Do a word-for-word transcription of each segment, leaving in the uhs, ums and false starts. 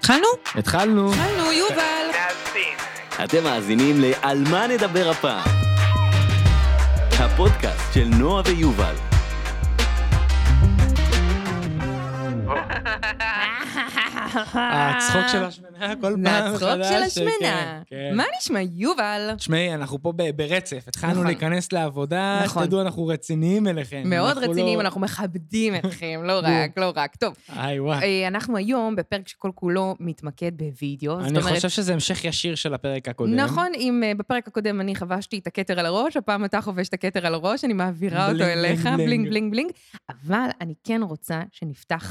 התחלנו? התחלנו. התחלנו, יובל. אתם מאזינים ל"על מה נדבר הפעם", הפודקאסט של נועה ויובל. הצחוק של השמנה, כל פעם מחדש. הצחוק של השמנה. מה נשמע, יובל? תשמעי, אנחנו פה ברצף. התחלנו להיכנס לעבודה, שתדעו, אנחנו רציניים אליכם. מאוד רציניים, אנחנו מכבדים אתכם, לא רק, לא רק. טוב, אנחנו היום בפרק שכל כולו מתמקד בווידאו. אני חושב שזה המשך ישיר של הפרק הקודם. נכון, אם בפרק הקודם אני חבשתי את הכתר על הראש, הפעם אתה חובש את הכתר על הראש, אני מעבירה אותו אליך, בלינג, בלינג, בלינג. אבל אני כן רוצה שנפתח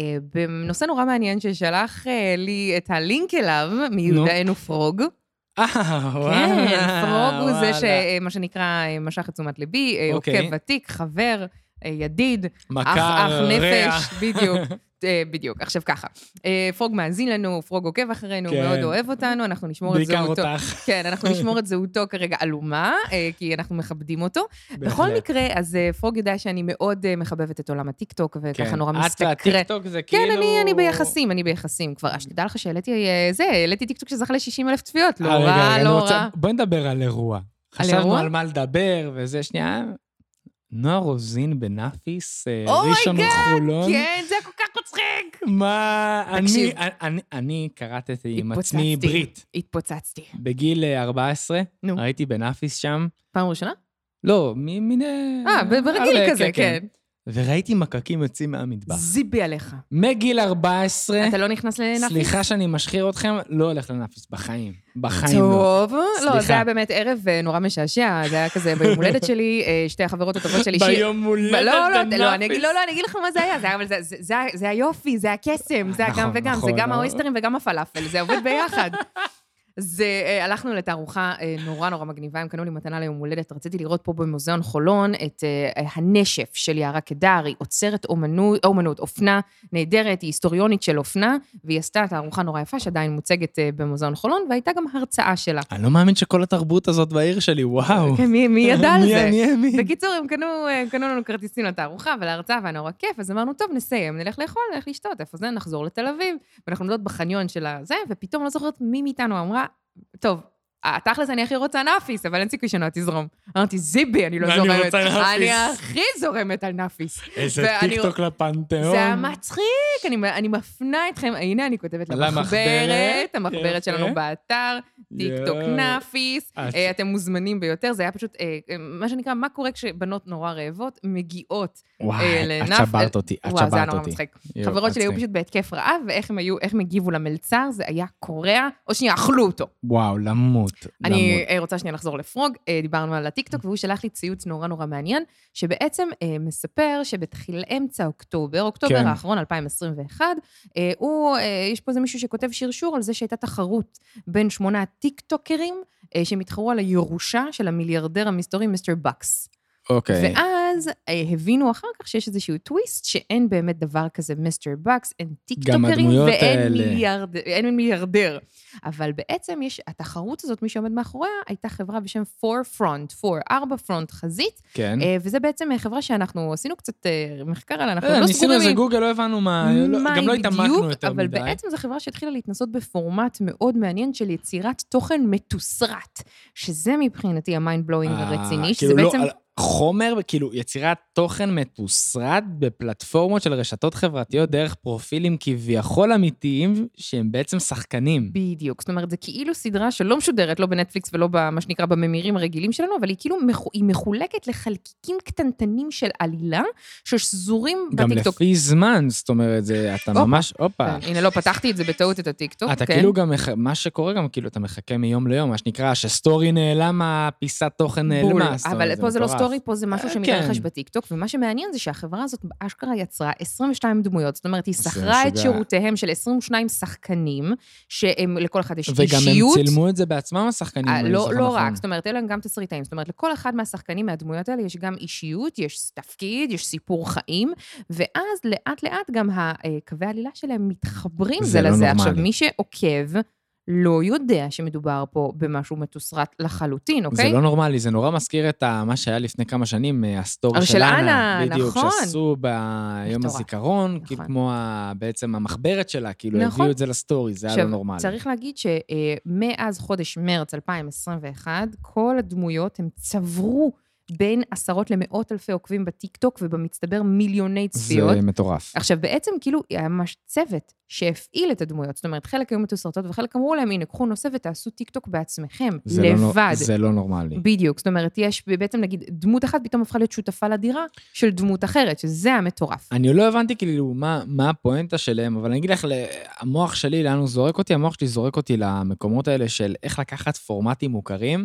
בנושא נורא מעניין ששלח לי את הלינק אליו, מיודענו פרוג. אה, וואלה. כן, פרוג הוא זה שמה שנקרא משך את תשומת ליבי, עוקב ותיק, חבר, ידיד, אח נפש, בדיוק. בדיוק, עכשיו ככה. פרוג מאזין לנו, פרוג עוקב אחרינו, מאוד אוהב אותנו, אנחנו נשמור את זהותו. בעיקר אותך. כן, אנחנו נשמור את זהותו כרגע עלומה, כי אנחנו מכבדים אותו. בכל מקרה, אז פרוג יודע שאני מאוד מחבבת את עולם הטיקטוק, וככה נורא מסתקראת. את והטיקטוק זה כאילו... כן, אני ביחסים, אני ביחסים. כבר, שתדע לך שהעליתי זה, העליתי טיקטוק שזכה ל-שישים אלף צפיות. לא רע, לא רע. בואי נדבר על אירוע. חשבנו על מה לדבר, וזה שנייה... נועה רוזין בנאפיס, ראשון חולון. כן, זה כל כך מצחיק. מה, אני, אני, אני קראתי עם עצמי ברית. התפוצצתי. בגיל ארבע עשרה, ראיתי בנאפיס שם. פעם ראשונה? לא, מיני... אה, ברגיל כזה, כן. וראיתי מקקים יוצאים מהמדבר. זיבי עליך. מגיל ארבע עשרה... אתה לא נכנס לנאפיס? סליחה שאני משחיר אתכם, לא הולך לנאפיס, בחיים. בחיים לא. טוב, לא, זה היה באמת ערב נורא משעשע, זה היה כזה ביום הולדת שלי, שתי החברות הטובות שלי... ביום הולדת בנאפיס? לא, אני אגיד לך מה זה היה, אבל זה היופי, זה הקסם, זה גם וגם, זה גם האויסטרים וגם הפלאפל, זה עובד ביחד. אז הלכנו לתערוכה נורא נורא מגניבה, הם קנו לי מתנה ליום הולדת, רציתי לראות פה במוזיאון חולון את הנשף של יערה קדרי, עוצרת אומנות, אומנות, אופנה נהדרת, היא היסטוריונית של אופנה, והיא עשתה תערוכה נורא יפה, שעדיין מוצגת במוזיאון חולון, והייתה גם הרצאה שלה. אני לא מאמין שכל התרבות הזאת בעיר שלי, וואו. מי ידע על זה? מי האמין? בקיצור, הם קנו לנו כרטיסים לתערוכה ולהרצאה, והיה נורא כיף, אז אמרנו, טוב, נסיים, נלך לאכול, נלך לשתות, איפה זה, נחזור לתל אביב, ואנחנו נדעות בחניון של הזה, ופתאום לא זוכרת מי מאיתנו אמרה, טוב, תכלס אני הכי רוצה נאפיס, אבל אין סיכוי שנועה תזרום. אמרתי, זיבי, אני לא זורמת. אני הכי זורמת על נאפיס. איזה טיקטוק לפנתיאון. זה היה מצחיק, אני מפנה אתכם, הנה אני כותבת למחברת, המחברת שלנו באתר, טיקטוק נאפיס, אתם מוזמנים ביותר, זה היה פשוט, מה שנקרא, מה קורה כשבנות נורא רעבות, מגיעות לנאפיס. וואי, את שברת אותי, את שברת אותי. וואו, זה היה נורא מצחיק. חברות שלי היו פשוט בהתקף רעב, ואיך הם היו, איך הם הגיבו למלצר, זה היה קורע, או שנייה, אכלו אותו. וואו, למות. אני רוצה שנייה לחזור לפרוג, דיברנו על הטיקטוק, והוא שלח לי ציוץ נורא נורא מעניין, שבעצם מספר שבתחיל אמצע אוקטובר, אוקטובר האחרון, אלפיים עשרים ואחת, הוא, יש פה איזה מישהו שכותב שרשור על זה שהייתה תחרות בין שמונה טיקטוקרים, שמתחרו על הירושה של המיליארדר המסתורי, מיסטר בקס. אוקיי. ואז הבינו אחר כך שיש איזשהו טוויסט, שאין באמת דבר כזה מיסטר בקס, אין טיקטוקרים ואין מיליארד, אין מיליארדר. אבל בעצם יש, התחרות הזאת, מי שעומד מאחוריה, הייתה חברה בשם four front, four, ארבע פרונט חזית, כן. וזה בעצם חברה שאנחנו עשינו קצת מחקר עליה, אנחנו לא סגורים. ניסינו איזה גוגל, לא הבנו מה, גם לא התעמקנו יותר מדי. אבל בעצם זו חברה שהתחילה להתנסות בפורמט מאוד מעניין של יצירת תוכן מתוסרט, שזה מבחינתי המיינד בלואינג הרציני, שזה בעצם... חומר, כאילו, יצירת תוכן מתוסרט בפלטפורמות של רשתות חברתיות דרך פרופילים כביכול אמיתיים, שהם בעצם שחקנים. בדיוק, זאת אומרת, זה כאילו סדרה שלא משודרת, לא בנטפליקס ולא במה שנקרא בממירים הרגילים שלנו, אבל היא כאילו היא מחולקת לחלקיקים קטנטנים של עלילה, ששזורים בטיקטוק. גם לפי זמן, זאת אומרת, זה, אתה ממש, אופה. הנה, לא, פתחתי את זה בטעות את הטיקטוק. אתה כאילו גם, מה שקורה גם, כאילו, אתה מחכה מיום ליום, מה שנקרא, שסטורי נעלמה, פיסת תוכן נעלמה. אבל פה זה לא סטורי, פה זה משהו שמתרחש בטיקטוק, ומה שמעניין זה שהחברה הזאת אשכרה יצרה עשרים ושתיים דמויות, זאת אומרת, היא שכרה את שירותיהם של עשרים ושניים שחקנים, שהם לכל אחד יש אישיות. וגם הם צילמו את זה בעצמם, השחקנים. לא רק, זאת אומרת, אלה הם גם תסריטאים, זאת אומרת, לכל אחד מהשחקנים מהדמויות האלה יש גם אישיות, יש תפקיד, יש סיפור חיים, ואז לאט לאט גם הקווי העלילה שלהם מתחברים זה לזה. עכשיו, מי שעוקב, לא יודע שמדובר פה במשהו מתוסרט לחלוטין, אוקיי? זה לא נורמלי, זה נורא מזכיר את מה שהיה לפני כמה שנים, הסטורי של של אנה, אנה, בדיוק, נכון. שעשו ביום מטורף. הזיכרון, נכון. כאילו כמו ה- בעצם המחברת שלה, כאילו נכון. הביאו את זה לסטורי, זה היה לא עכשיו, נורמלי. צריך להגיד שמאז חודש מרץ אלפיים עשרים ואחת, כל הדמויות הם צברו בין עשרות למאות אלפי עוקבים בטיקטוק, ובמצטבר מיליוני צפיות. זה מטורף. עכשיו, בעצם כאילו, היה ממש צוות שהפעיל את הדמויות. זאת אומרת, חלק היו מתוסרטות, וחלק אמרו להם, הנה, קחו נושא ותעשו טיקטוק בעצמכם, זה לבד. לא, זה לא נורמלי. בדיוק, זאת אומרת, יש בעצם, נגיד, דמות אחת פתאום הפכה להיות שותפה לדירה של דמות אחרת, שזה המטורף. אני לא הבנתי כאילו מה, מה הפואנטה שלהם, אבל אני אגיד לך, המוח שלי, לאן הוא זורק אותי? המוח שלי זורק אותי למקומות האלה של איך לקחת פורמטים מוכרים,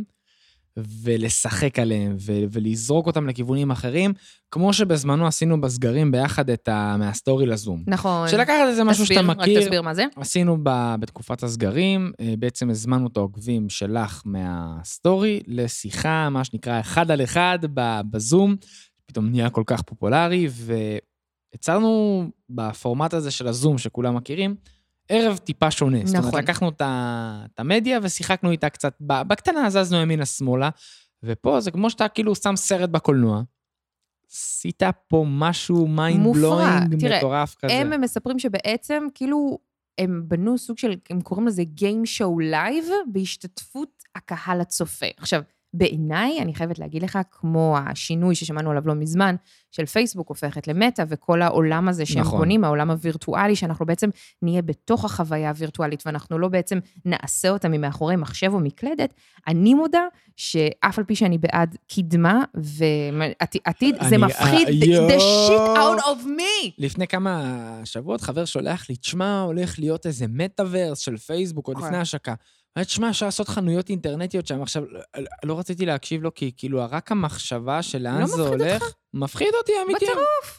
ולשחק עליהם, ו- ולזרוק אותם לכיוונים אחרים, כמו שבזמנו עשינו בסגרים ביחד את ה- מהסטורי לזום. נכון. שלקחת איזה משהו תסביר, שאתה מכיר. רק תסביר מה זה. עשינו ב- בתקופת הסגרים, בעצם הזמנו את העוקבים שלך מהסטורי, לשיחה, מה שנקרא, אחד על אחד ב- בזום, פתאום נהיה כל כך פופולרי, ויצרנו בפורמט הזה של הזום שכולם מכירים, ערב טיפה שונה. נכון. זאת אומרת, לקחנו את המדיה ושיחקנו איתה קצת, בקטנה זזנו ימינה-שמאלה, ופה זה כמו שאתה כאילו שם סרט בקולנוע, עשית פה משהו mind blowing מטורף כזה. הם מספרים שבעצם כאילו, הם בנו סוג של, הם קוראים לזה Game Show Live, בהשתתפות הקהל הצופה. עכשיו, בעיניי, אני חייבת להגיד לך, כמו השינוי ששמענו עליו לא מזמן, של פייסבוק הופכת למטה, וכל העולם הזה שהם נכון. בונים, העולם הווירטואלי, שאנחנו בעצם נהיה בתוך החוויה הווירטואלית, ואנחנו לא בעצם נעשה אותה ממאחורי מחשב או מקלדת, אני מודה שאף על פי שאני בעד קדמה, ועתיד, זה מפחיד, the shit out of me. לפני כמה שבועות, חבר שולח לי, תשמע, הולך להיות איזה מטאברס של פייסבוק, עוד לפני השקה. תשמע, אפשר לעשות חנויות אינטרנטיות שם. עכשיו, לא רציתי להקשיב לו, כי כאילו, רק המחשבה של לאן זה הולך, מפחיד אותי, אמיתי. בטירוף.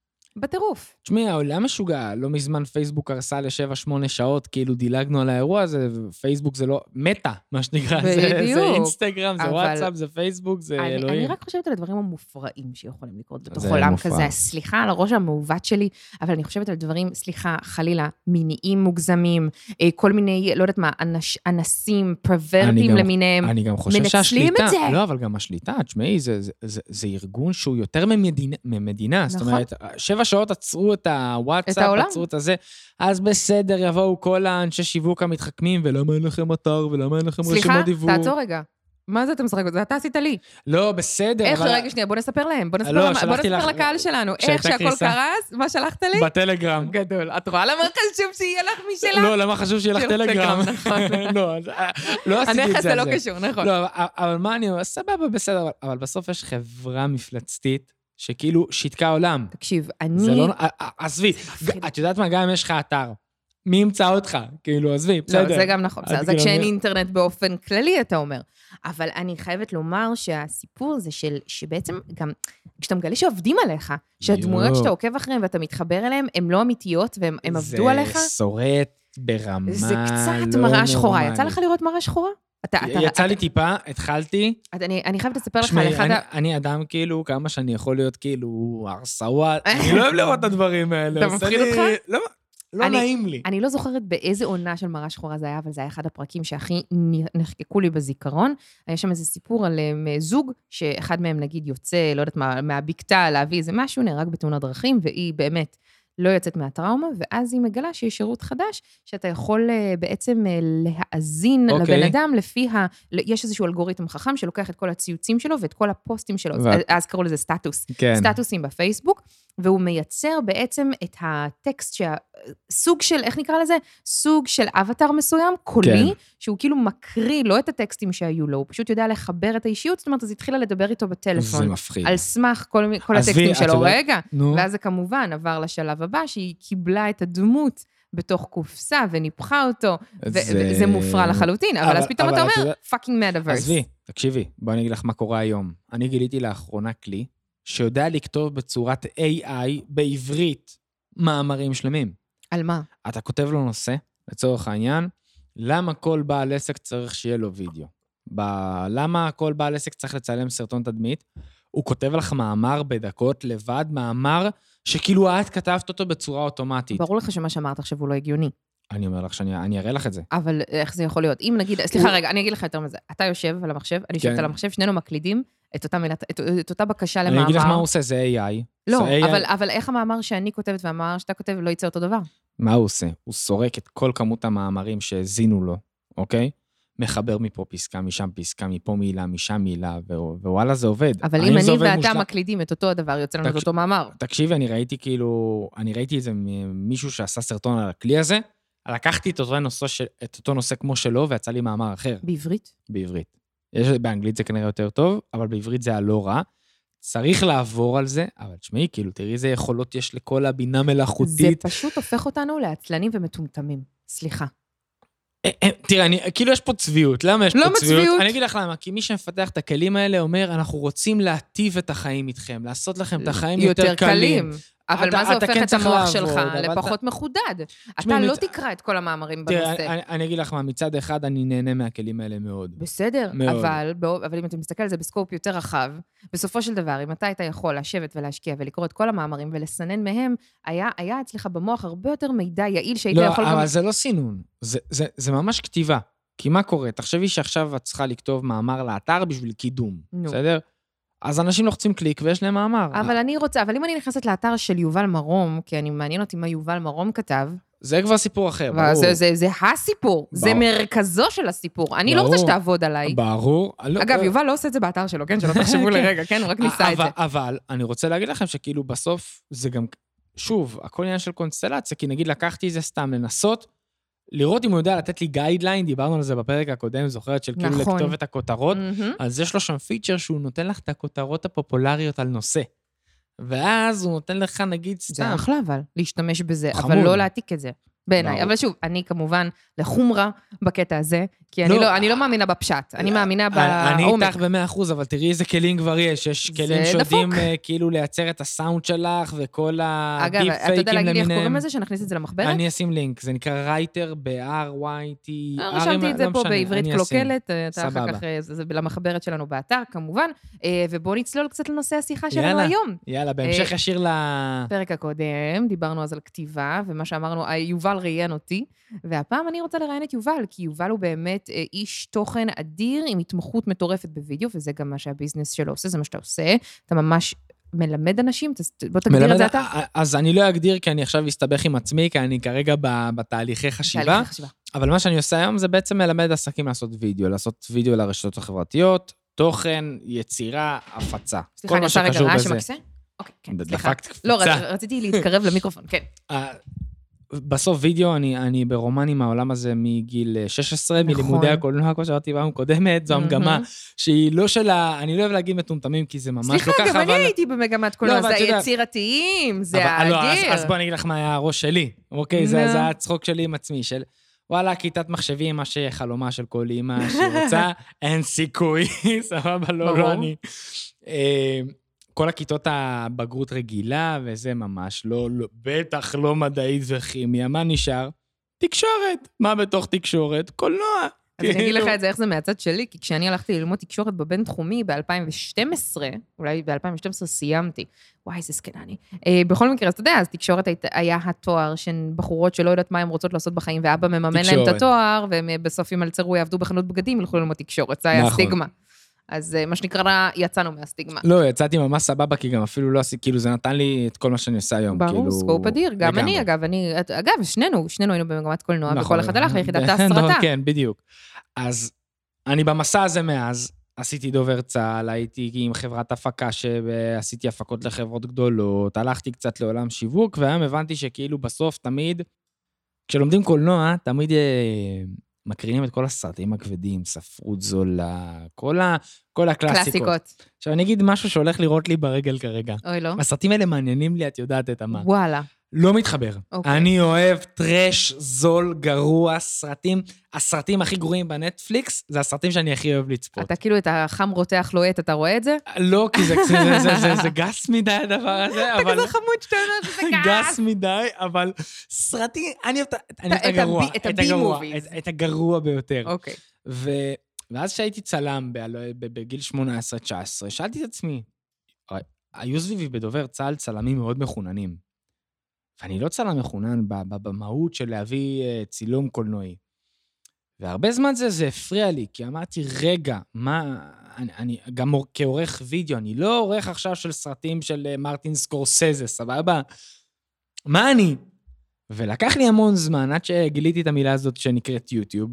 בטירוף. תשמעי, העולם משוגע, לא מזמן פייסבוק הרסה לשבע שמונה שעות, כאילו דילגנו על האירוע הזה, פייסבוק זה לא, מטה, מה שנקרא, זה, זה אינסטגרם, זה אבל... וואטסאפ, זה פייסבוק, זה אני, אלוהים. אני רק חושבת על הדברים המופרעים שיכולים לקרות בתוך עולם מופרע. כזה, סליחה על הראש המעוות שלי, אבל אני חושבת על דברים, סליחה, חלילה, מיניים מוגזמים, כל מיני, לא יודעת מה, אנש, אנסים, פרוורבים למיניהם, אני גם חושב שהשליטה, לא, אבל גם השליטה, תשמעי, זה, זה, זה, זה ארגון שהוא יותר ממדינה, ממדינה, נכון. זאת אומרת, שבע שעות עצרו את הוואטסאפ, עצרו את הזה, אז בסדר, יבואו כל האנשי שיווק המתחכמים, ולמה אין לכם אתר, ולמה אין לכם רשימות דיוור. סליחה, תעצור רגע. מה זה אתה משחק? זה אתה עשית לי. לא, בסדר. איך, רגע שנייה, בוא נספר להם, בוא נספר לקהל שלנו. איך שהכל קרס, מה שלחת לי? בטלגרם. גדול. את רואה למה חשוב שיהיה לך משלה? לא, למה חשוב שיהיה לך טלגרם? לא, לא עשיתי את זה. הנכס זה לא קשור, נכון. לא, אבל מה אני אומר? סבבה, בסדר, אבל בסוף יש חברה מפלצתית, שכאילו שיתקה עולם. תקשיב, אני... זה לא... עזבי, את יודעת מה, גם אם יש לך אתר, מי ימצא אותך? כאילו, עזבי, בסדר. זה גם נכון, זה כשאין אינטרנט באופן כללי, אתה אומר. אבל אני חייבת לומר שהסיפור הזה של, שבעצם גם, כשאתה מגלה שעובדים עליך, שהדמויות שאתה עוקב אחריהם ואתה מתחבר אליהם, הן לא אמיתיות והם עבדו עליך. זה שורט ברמה זה קצת מראה שחורה. יצא לך לראות מראה שחורה? יצא לי טיפה, התחלתי. אני חייבת לספר לך על אחד... אני אדם כאילו, כמה שאני יכול להיות כאילו, הרסאווה, אני לא אוהב לראות את הדברים האלה. אתה מפחיד אותך? לא, לא נעים לי. אני לא זוכרת באיזה עונה של מראה שחורה זה היה, אבל זה היה אחד הפרקים שהכי נחקקו לי בזיכרון. היה שם איזה סיפור על זוג, שאחד מהם נגיד יוצא, לא יודעת מה, מהבקתה להביא איזה משהו, נהרג בתאונת דרכים, והיא באמת... לא יוצאת מהטראומה, ואז היא מגלה שיש שירות חדש, שאתה יכול בעצם להאזין okay. לבן אדם, לפי ה... יש איזשהו אלגוריתם חכם, שלוקח את כל הציוצים שלו, ואת כל הפוסטים שלו, ו... אז קראו לזה סטטוס, כן. סטטוסים בפייסבוק, והוא מייצר בעצם את הטקסט, שה... סוג של, איך נקרא לזה? סוג של אבטר מסוים, קולי, כן. שהוא כאילו מקריא לא את הטקסטים שהיו לו, הוא פשוט יודע לחבר את האישיות, זאת אומרת, אז התחילה לדבר איתו בטלפון. זה מפחיד. על סמך כל, כל הטקסטים שלו. רגע, נו. ואז זה כמובן עבר לשלב הבא, שהיא קיבלה את הדמות בתוך קופסה, וניפחה אותו, זה... וזה מופרע לחלוטין, אבל, אבל אז פתאום אבל אתה אומר, פאקינג מטאברס. עזבי, תקשיבי, בוא אני אגיד לך מה קורה היום. אני גיליתי לאחרונה כלי, שיודע לכתוב בצורת איי איי בעברית מאמרים שלמים. על מה? אתה כותב לו נושא, לצורך העניין, למה כל בעל עסק צריך שיהיה לו וידאו? ב- למה כל בעל עסק צריך לצלם סרטון תדמית? הוא כותב לך מאמר בדקות לבד, מאמר שכאילו את כתבת אותו בצורה אוטומטית. ברור לך שמה שאמרת עכשיו הוא לא הגיוני. אני אומר לך שאני אראה לך את זה. אבל איך זה יכול להיות? אם נגיד, סליחה רגע, אני אגיד לך יותר מזה. אתה יושב על המחשב, אני יושבת על המחשב, שנינו מקלידים את אותה מילה, את אותה בקשה למאמר. אני אגיד לך מה הוא עושה, זה איי איי. לא, אבל איך המאמר שאני כותבת והמאמר שאתה כותב לא יצא אותו דבר? מה הוא עושה? הוא סורק את כל כמות המאמרים שהזינו לו, אוקיי? מחבר מפה פסקה, משם פסקה, מפה מילה, משם מילה, ווואלה זה עובד. אבל אם אני ואתה מקלידים את אותו הדבר, יוצא לנו את אותו מאמר. תקשיבי, אני ראיתי כאילו, אני ראיתי איזה מישהו שעשה סרטון על הכלי הזה, לקחתי את אותו נושא, את אותו נושא כמו שלו, ויצא לי מאמר אחר. בעברית? בעברית. יש, באנגלית זה כנראה יותר טוב, אבל בעברית זה הלא רע. צריך לעבור על זה, אבל תשמעי, כאילו, תראי איזה יכולות יש לכל הבינה מלאכותית. זה פשוט הופך אותנו לעצלנים ומטומטמים. סליחה. תראה, אני, כאילו יש פה צביעות. למה יש לא פה צביעות? צביעות? אני אגיד לך למה, כי מי שמפתח את הכלים האלה אומר, אנחנו רוצים להטיב את החיים איתכם, לעשות לכם את החיים יותר, יותר קלים. אבל אתה, מה זה הופך כן את המוח לעבוד, שלך לפחות אתה... מחודד? תשמע, אתה לא מצ... תקרא את כל המאמרים תראה, בנושא. אני, אני אגיד לך מה, מצד אחד אני נהנה מהכלים האלה מאוד. בסדר, מאוד. אבל, אבל אם אתה מסתכל על זה בסקופ יותר רחב, בסופו של דבר, אם אתה היית יכול לשבת ולהשקיע ולקרוא את כל המאמרים ולסנן מהם, היה, היה אצלך במוח הרבה יותר מידע יעיל שהיית לא, יכול אבל גם... זה לא סינון, זה, זה, זה ממש כתיבה. כי מה קורה? תחשבי שעכשיו את צריכה לכתוב מאמר לאתר בשביל קידום, נו. בסדר? אז אנשים לוחצים קליק ויש להם מאמר. אבל אני רוצה, אבל אם אני נכנסת לאתר של יובל מרום, כי אני מעניין אותי מה יובל מרום כתב, זה כבר סיפור אחר, ברור. זה, זה, זה הסיפור, זה מרכזו של הסיפור. אני לא רוצה שתעבוד עליי. ברור. אגב, יובל לא עושה את זה באתר שלו, כן? שלא תחשבו לרגע, כן? הוא רק ניסה את זה. אבל אני רוצה להגיד לכם שכאילו בסוף זה גם, שוב, הכל עניין של קונסטלציה, כי נגיד לקחתי זה סתם לנסות, לראות אם הוא יודע לתת לי גיידליין, דיברנו על זה בפרק הקודם, זוכרת של כאילו לכתוב את הכותרות, אז יש לו שם פיצ'ר שהוא נותן לך את הכותרות הפופולריות על נושא. ואז הוא נותן לך, נגיד, סתם. זה אחלה, אבל, להשתמש בזה, אבל לא להעתיק את זה. בעיניי. אבל שוב, אני כמובן לחומרה בקטע הזה, כי אני לא מאמינה בפשט, אני מאמינה בעומק. אני איתך במאה אחוז, אבל תראי איזה כלים כבר יש. יש כלים שיודעים כאילו לייצר את הסאונד שלך, וכל הדיפ פייקים למיניהם. אגב, אתה יודע להגיד לי איך קוראים לזה, שנכניס את זה למחברת? אני אשים לינק, זה נקרא רייטר ב-אר וואי טי. רשמתי את זה פה בעברית קלוקלת, אתה אחר כך, זה למחברת שלנו באתר, כמובן, ובואו נצלול קצת לנושא השיחה שלנו היום. יאללה, בהמשך ישיר לפרק הקודם, דיברנו אז על כתיבה, ומה שאמרנו, יובל ראיין אותי, והפעם אני רוצה לראיין את יובל, כי יובל הוא באמת איש תוכן אדיר, עם התמחות מטורפת בווידאו, וזה גם מה שהביזנס שלו עושה, זה מה שאתה עושה, אתה ממש מלמד אנשים, בוא תגדיר את זה אתה. אז אני לא אגדיר, כי אני עכשיו אסתבך עם עצמי, כי אני כרגע בתהליכי חשיבה, אבל מה שאני עושה היום זה בעצם מלמד עסקים לעשות וידאו, לעשות וידאו לרשתות החברתיות, תוכן, יצירה, הפצה. סליחה, אני עושה רגע רעש שמקסה? אוקיי, כן, סליחה. לא, רציתי להתקרב למיקרופון, כן. בסוף וידאו, אני, אני ברומן עם העולם הזה מגיל שש עשרה, נכון. מלימודי הקולנוע, כמו שאמרתי פעם קודמת, זו המגמה שהיא לא שלה, אני לא אוהב להגיד מטומטמים, כי זה ממש סליחה, לא ככה, אבל... סליחה, גם אני הייתי במגמת קולנוע, זה היצירתיים, זה האדיר. לא, אז, אז בוא אני אגיד לך מה היה הראש שלי, אוקיי? זה, זה הצחוק שלי עם עצמי, של וואלה, כיתת מחשבים, מה שחלומה של כל אימא שהיא רוצה, אין סיכוי, סבבה, לא, לא אני. כל הכיתות הבגרות רגילה, וזה ממש לא, לא, בטח לא מדעית וכימיה. מה נשאר? תקשורת. מה בתוך תקשורת? קולנוע. אז אני אגיד לך את זה, איך זה מהצד שלי, כי כשאני הלכתי ללמוד תקשורת בבין תחומי ב-אלפיים ושתים עשרה, אולי ב-אלפיים ושתים עשרה סיימתי. וואי, זה סקנה אני. בכל מקרה, אז אתה יודע, אז תקשורת היה התואר של בחורות שלא יודעת מה הן רוצות לעשות בחיים, ואבא מממן להם את התואר, והם בסוף אם אלצרו יעבדו בחנות בגדים, ילכו ללמוד תקשורת. זה היה סטיגמה. אז מה שנקרא, יצאנו מהסטיגמה. לא, יצאתי ממש סבבה, כי גם אפילו לא עשיתי, כאילו זה נתן לי את כל מה שאני עושה היום. ברור, סקופ אדיר, גם אני, אגב, אני, אגב, שנינו, שנינו היינו במגמת קולנוע, וכל אחד הלך ליחידת ההסרטה. כן, בדיוק. אז אני במסע הזה מאז, עשיתי דובר צהל, הייתי עם חברת הפקה שעשיתי הפקות לחברות גדולות, הלכתי קצת לעולם שיווק, והיום הבנתי שכאילו בסוף תמיד, כשלומדים קולנוע, תמיד מקרינים את כל הסרטים הכבדים, ספרות זולה, כל, ה, כל הקלאסיקות. קלאסיקות. עכשיו אני אגיד משהו שהולך לראות לי ברגל כרגע. אוי לא. הסרטים האלה מעניינים לי, את יודעת את המה. וואלה. לא מתחבר. אוקיי. אני אוהב טרש, זול, גרוע, סרטים. הסרטים הכי גרועים בנטפליקס, זה הסרטים שאני הכי אוהב לצפות. אתה כאילו את החם רותח לוהט, אתה רואה את זה? לא, כי זה, זה, זה, זה, זה גס מדי הדבר הזה, אבל... אתה כזה חמוד שאתה אומר שזה גס. גס מדי, אבל סרטים, אני אוהב את הגרוע. את הבי-מוביז. את הגרוע ביותר. אוקיי. ואז שהייתי צלם בגיל שמונה עשרה תשע עשרה, שאלתי את עצמי, היו סביבי בדובר צהל צלמים מאוד מחוננים. ואני לא צלם מחונן במהות של להביא צילום קולנועי. והרבה זמן זה, זה הפריע לי, כי אמרתי, רגע, מה, אני, אני גם כעורך וידאו, אני לא עורך עכשיו של סרטים של מרטין סקורסזה, סבבה? מה אני? ולקח לי המון זמן, עד שגיליתי את המילה הזאת שנקראת יוטיוב,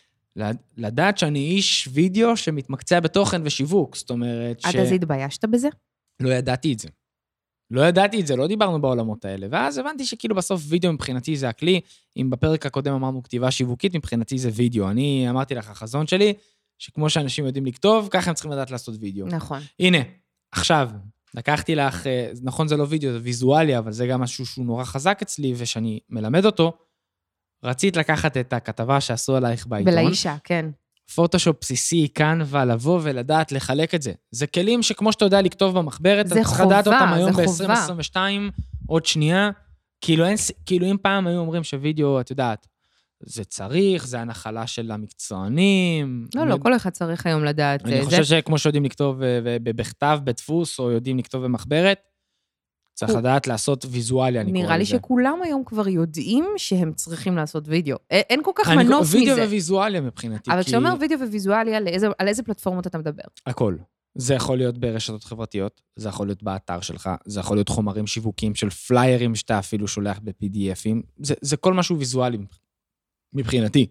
לדעת שאני איש וידאו שמתמקצע בתוכן ושיווק, זאת אומרת ש... עד אז התביישת בזה? לא ידעתי את זה. לא ידעתי את זה, לא דיברנו בעולמות האלה, ואז הבנתי שכאילו בסוף וידאו מבחינתי זה הכלי, אם בפרק הקודם אמרנו כתיבה שיווקית, מבחינתי זה וידאו. אני אמרתי לך, החזון שלי, שכמו שאנשים יודעים לכתוב, ככה הם צריכים לדעת לעשות וידאו. נכון. הנה, עכשיו, לקחתי לך, נכון זה לא וידאו, זה ויזואליה, אבל זה גם משהו שהוא נורא חזק אצלי, ושאני מלמד אותו, רצית לקחת את הכתבה שעשו עלייך בעיתון. ולאישה, כן. פוטושופ בסיסי, כאן ולבוא ולדעת לחלק את זה. זה כלים שכמו שאתה יודע לכתוב במחברת, אתה צריך לדעת אותם היום ב-עשרים עשרים ושתיים, עוד שנייה, כאילו, אין, כאילו אם פעם היו אומרים שווידאו, את יודעת, זה צריך, זה הנחלה של המקצוענים. לא, לא, כל אחד צריך היום לדעת. אני חושב שכמו שיודעים לכתוב בכתב, בדפוס, או יודעים לכתוב במחברת, צריך לדעת לעשות ויזואליה, אני קורא לזה. נראה לי שכולם היום כבר יודעים שהם צריכים לעשות וידאו. אין כל כך מנוס מזה. וידאו וויזואליה מבחינתי. אבל כשאומר וידאו וויזואליה, על איזה פלטפורמות אתה מדבר? הכל. זה יכול להיות ברשתות חברתיות, זה יכול להיות באתר שלך, זה יכול להיות חומרים שיווקים של פליירים שאתה אפילו שולח ב-פי די אפים, זה, זה כל משהו ויזואלי מבחינתי.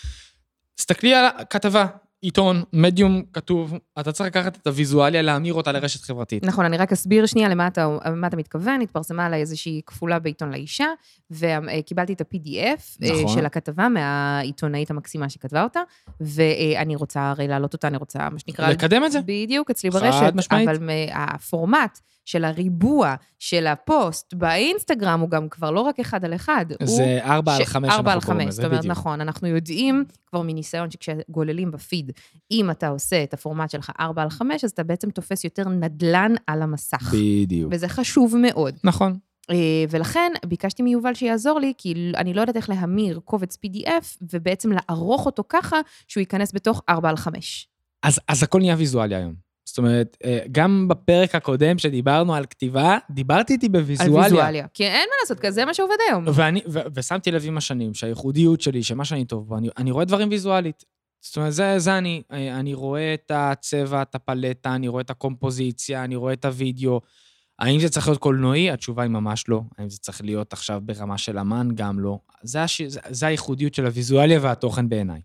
תסתכלי על הכתבה, עיתון, מדיום כתוב, אתה צריך לקחת את הוויזואליה, להמיר אותה לרשת חברתית. נכון, אני רק אסביר שנייה למה אתה, למה אתה מתכוון, התפרסמה עליי איזושהי כפולה בעיתון לאישה, וקיבלתי את ה-פי די אף נכון. של הכתבה מהעיתונאית המקסימה שכתבה אותה, ואני רוצה הרי להעלות אותה, אני רוצה מה שנקרא... לקדם את זה. בדיוק, אצלי ברשת, משמעית. אבל הפורמט של הריבוע של הפוסט באינסטגרם הוא גם כבר לא רק אחד על אחד. זה ארבע על חמש. ארבע על חמש, זאת אומרת, נכון, אנחנו יודעים כבר מניסיון שכשגוללים בפיד, אם אתה עושה את הפורמט שלך ארבע על חמש, אז אתה בעצם תופס יותר נדלן על המסך. בדיוק. וזה חשוב מאוד. נכון. ולכן ביקשתי מיובל שיעזור לי, כי אני לא יודעת איך להמיר קובץ פי די אף, ובעצם לערוך אותו ככה, שהוא ייכנס בתוך ארבע על חמש. אז, אז הכל נהיה ויזואלי היום. זאת אומרת, גם בפרק הקודם שדיברנו על כתיבה, דיברתי איתי בוויזואליה. על ויזואליה, כי אין מה לעשות, כזה מה שעובד היום. ואני, ו- ושמתי לב עם השנים, שהייחודיות שלי, שמה שאני טוב בו, אני, אני רואה דברים ויזואלית. זאת אומרת, זה, זה אני, אני רואה את הצבע, את הפלטה, אני רואה את הקומפוזיציה, אני רואה את הוידאו. האם זה צריך להיות קולנועי? התשובה היא ממש לא. האם זה צריך להיות עכשיו ברמה של אמן? גם לא. זה, הש... זה הייחודיות של הוויזואליה והתוכן בעיניי.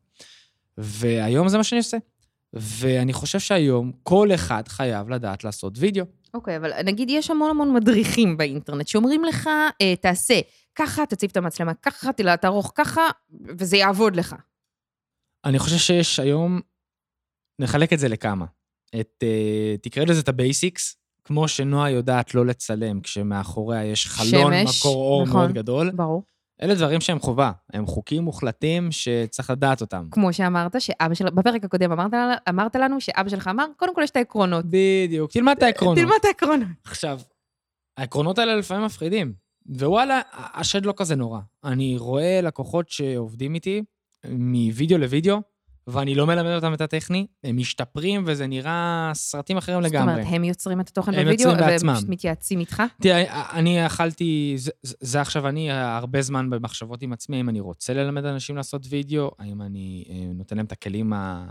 והיום זה מה שאני עושה. ואני חושב שהיום כל אחד חייב לדעת לעשות וידאו. אוקיי, אבל נגיד יש המון המון מדריכים באינטרנט שאומרים לך, תעשה ככה, תציב את המצלמה ככה, תערוך ככה, וזה יעבוד לך. אני חושב שיש היום, נחלק את זה לכמה. את, תקרא לזה את הבייסיקס, כמו שנועה יודעת לא לצלם, כשמאחוריה יש חלון שמש, מקור אור נכון, מאוד גדול. ברור. אלה דברים שהם חובה, הם חוקים מוחלטים שצריך לדעת אותם. כמו שאמרת, שאבא של... בפרק הקודם אמרת, אמרת לנו שאבא שלך אמר, קודם כל יש את העקרונות. בדיוק, תלמד את העקרונות. תלמד את העקרונות. עכשיו, העקרונות האלה לפעמים מפחידים, ווואלה, השד לא כזה נורא. אני רואה לקוחות שעובדים איתי, מווידאו לוידאו, ואני לא מלמד אותם את הטכני, הם משתפרים, וזה נראה סרטים אחרים לגמרי. זאת אומרת, הם יוצרים את התוכן בווידאו, הם יוצרים בעצמם. והם מתייעצים איתך? תראה, אני אכלתי, זה, זה עכשיו אני הרבה זמן במחשבות עם עצמי, אם אני רוצה ללמד אנשים לעשות וידאו, האם אני נותן להם את הכלים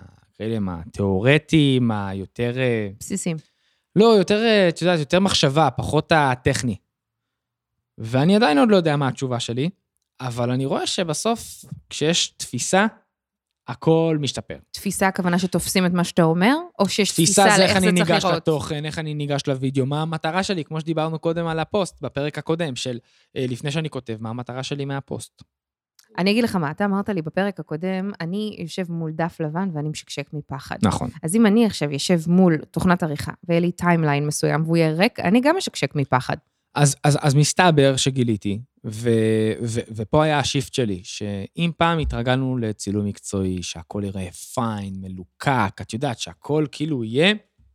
התיאורטיים, היותר... בסיסים. לא, יותר, אתה יודע, יותר מחשבה, פחות הטכני. ואני עדיין עוד לא יודע מה התשובה שלי, אבל אני רואה שבסוף, כשיש תפיסה, הכל משתפר. תפיסה, הכוונה שתופסים את מה שאתה אומר? או שיש תפיסה לאיך זה צריך לראות? תפיסה זה איך אני ניגש לתוכן, איך אני ניגש לוידאו, מה המטרה שלי, כמו שדיברנו קודם על הפוסט, בפרק הקודם, של לפני שאני כותב, מה המטרה שלי מהפוסט. אני אגיד לך מה, אתה אמרת לי בפרק הקודם, אני יושב מול דף לבן ואני משקשק מפחד. נכון. אז אם אני עכשיו יושב מול תוכנת עריכה, ויהיה לי טיימליין מסוים והוא יהיה ריק, אני גם משקשק מפחד. אז, אז, אז מסתבר שגיליתי, ו, ו, ופה היה השיפט שלי, שאם פעם התרגלנו לצילום מקצועי, שהכל יראה פיין, מלוקק, את יודעת שהכל כאילו יהיה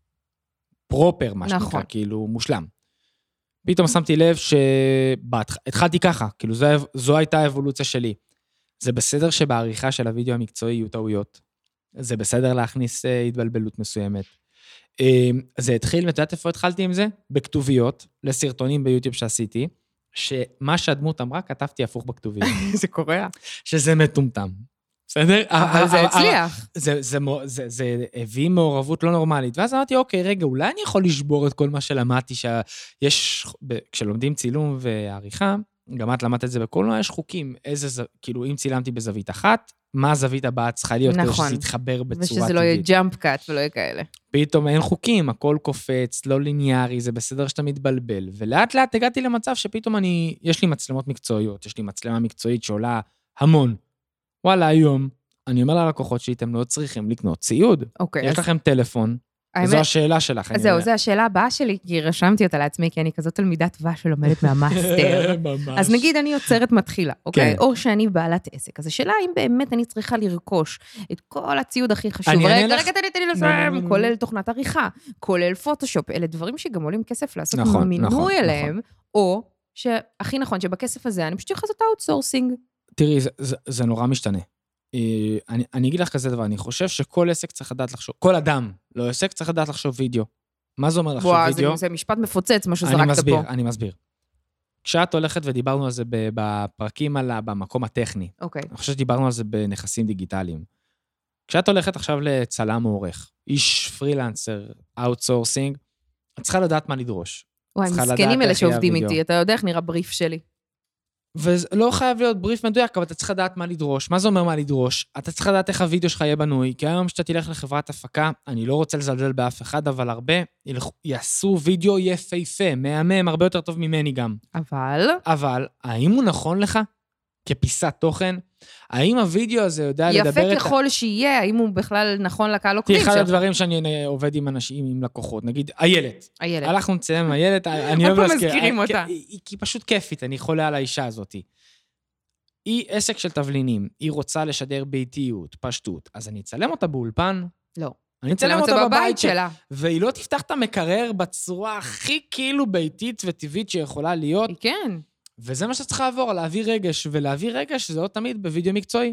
פרופר, מה נכון. שנקרא, כאילו מושלם. פתאום שמתי לב שהתחלתי ככה, כאילו זו, זו הייתה האבולוציה שלי. זה בסדר שבעריכה של הוידאו המקצועי יהיו טעויות, זה בסדר להכניס התבלבלות מסוימת. זה התחיל, ואת יודעת איפה התחלתי עם זה? בכתוביות, לסרטונים ביוטיוב שעשיתי, שמה שהדמות אמרה, כתבתי הפוך בכתובים. זה קורה. שזה מטומטם. בסדר? אבל זה הצליח. זה, זה, זה, זה הביא מעורבות לא נורמלית. ואז אמרתי, אוקיי, רגע, אולי אני יכול לשבור את כל מה שלמדתי, שיש, כשלומדים צילום ועריכה, גם את למדת את זה בקולנוע, יש חוקים, איזה, כאילו, אם צילמתי בזווית אחת, מה הזווית הבאה צריכה להיות, נכון. כדי שזה יתחבר בצורה טבעית. ושזה לא יהיה ג'אמפ קאט ולא יהיה כאלה. פתאום אין חוקים, הכל קופץ, לא ליניארי, זה בסדר שאתה מתבלבל. ולאט לאט הגעתי למצב שפתאום אני, יש לי מצלמות מקצועיות, יש לי מצלמה מקצועית שעולה המון. וואלה, היום, אני אומר ללקוחות שלי, אתם לא צריכים לקנות ציוד. אוקיי. יש לכם טלפון, זו השאלה שלך. זהו, זו השאלה הבאה שלי, כי רשמתי אותה לעצמי, כי אני כזאת תלמידת טובה שלומדת מהמאסטר. אז נגיד אני יוצרת מתחילה, אוקיי? או שאני בעלת עסק. אז השאלה האם באמת אני צריכה לרכוש את כל הציוד הכי חשוב. רגע, רגע, תן לי, תן לי לסיים, כולל תוכנת עריכה, כולל פוטושופ, אלה דברים שגם עולים כסף לעשות מינוי אליהם, או שהכי נכון שבכסף הזה אני פשוט יכולה לעשות אאוטסורסינג. תראי, זה נורא משתנה. אני, אני אגיד לך כזה דבר, אני חושב שכל עסק צריך לדעת לחשוב, כל אדם, לא עסק, צריך לדעת לחשוב וידאו. מה זה אומר לחשוב וואו, וידאו? זה, זה משפט מפוצץ, מה שזרקת פה. אני מסביר, אני מסביר. כשאת הולכת ודיברנו על זה בפרקים על, במקום הטכני, אוקיי. אני חושב שדיברנו על זה בנכסים דיגיטליים. כשאת הולכת עכשיו לצלם או עורך, איש פרילנסר, אאוטסורסינג, את צריכה לדעת מה לדרוש. וואי, מסכנים אלה שעובדים איתי, אתה יודע איך נראה בריף שלי. ולא חייב להיות בריף מדויק, אבל אתה צריך לדעת מה לדרוש. מה זה אומר מה לדרוש? אתה צריך לדעת איך הוידאו שלך יהיה בנוי, כי היום שאתה תלך לחברת הפקה, אני לא רוצה לזלזל באף אחד, אבל הרבה יעשו וידאו יפהפה, מהמם, הרבה יותר טוב ממני גם. אבל? אבל, האם הוא נכון לך? כפיסת תוכן? האם הוידאו הזה יודע לדבר את... יפה ככל שיהיה, האם הוא בכלל נכון לקהל עוקבים שלך? תהיה אחד הדברים שאני עובד עם אנשים, עם לקוחות, נגיד, איילת. איילת. הלכנו נצלם עם איילת, אני אוהב להזכיר. איפה מזכירים אותה? היא פשוט כיפית, אני חולה על האישה הזאת. היא עסק של תבלינים, היא רוצה לשדר ביתיות, פשטות, אז אני אצלם אותה באולפן? לא. אני אצלם אותה בבית שלה. והיא לא תפתח את המקרר בצורה הכי כאילו ביתית וטבעית שיכולה להיות. היא כן. וזה מה שצריך לעבור, להביא רגש, ולהביא רגש זה לא תמיד בווידאו מקצועי.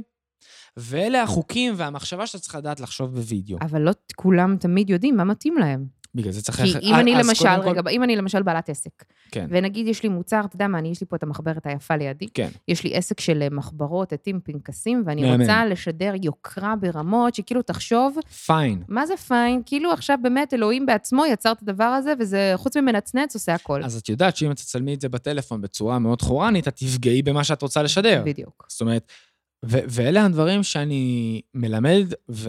ואלה החוקים והמחשבה שאתה צריך לדעת לחשוב בווידאו. אבל לא כולם תמיד יודעים מה מתאים להם. בגלל זה צריך... כי אם אני למשל, רגע, אם אני למשל בעלת עסק, ונגיד יש לי מוצר, אתה יודע מה, אני יש לי פה את המחברת היפה לידי, יש לי עסק של מחברות, עטים, פנקסים, ואני רוצה לשדר יוקרה ברמות, שכאילו תחשוב... פיין. מה זה פיין? כאילו עכשיו באמת אלוהים בעצמו יצר את הדבר הזה, וזה חוץ ממנצנץ עושה הכל. אז את יודעת שאם את תצלמי את זה בטלפון בצורה מאוד חורנית, את תפגעי במה שאת רוצה לשדר. בדיוק. זאת אומרת, ו- ואלה הדברים שאני מלמד,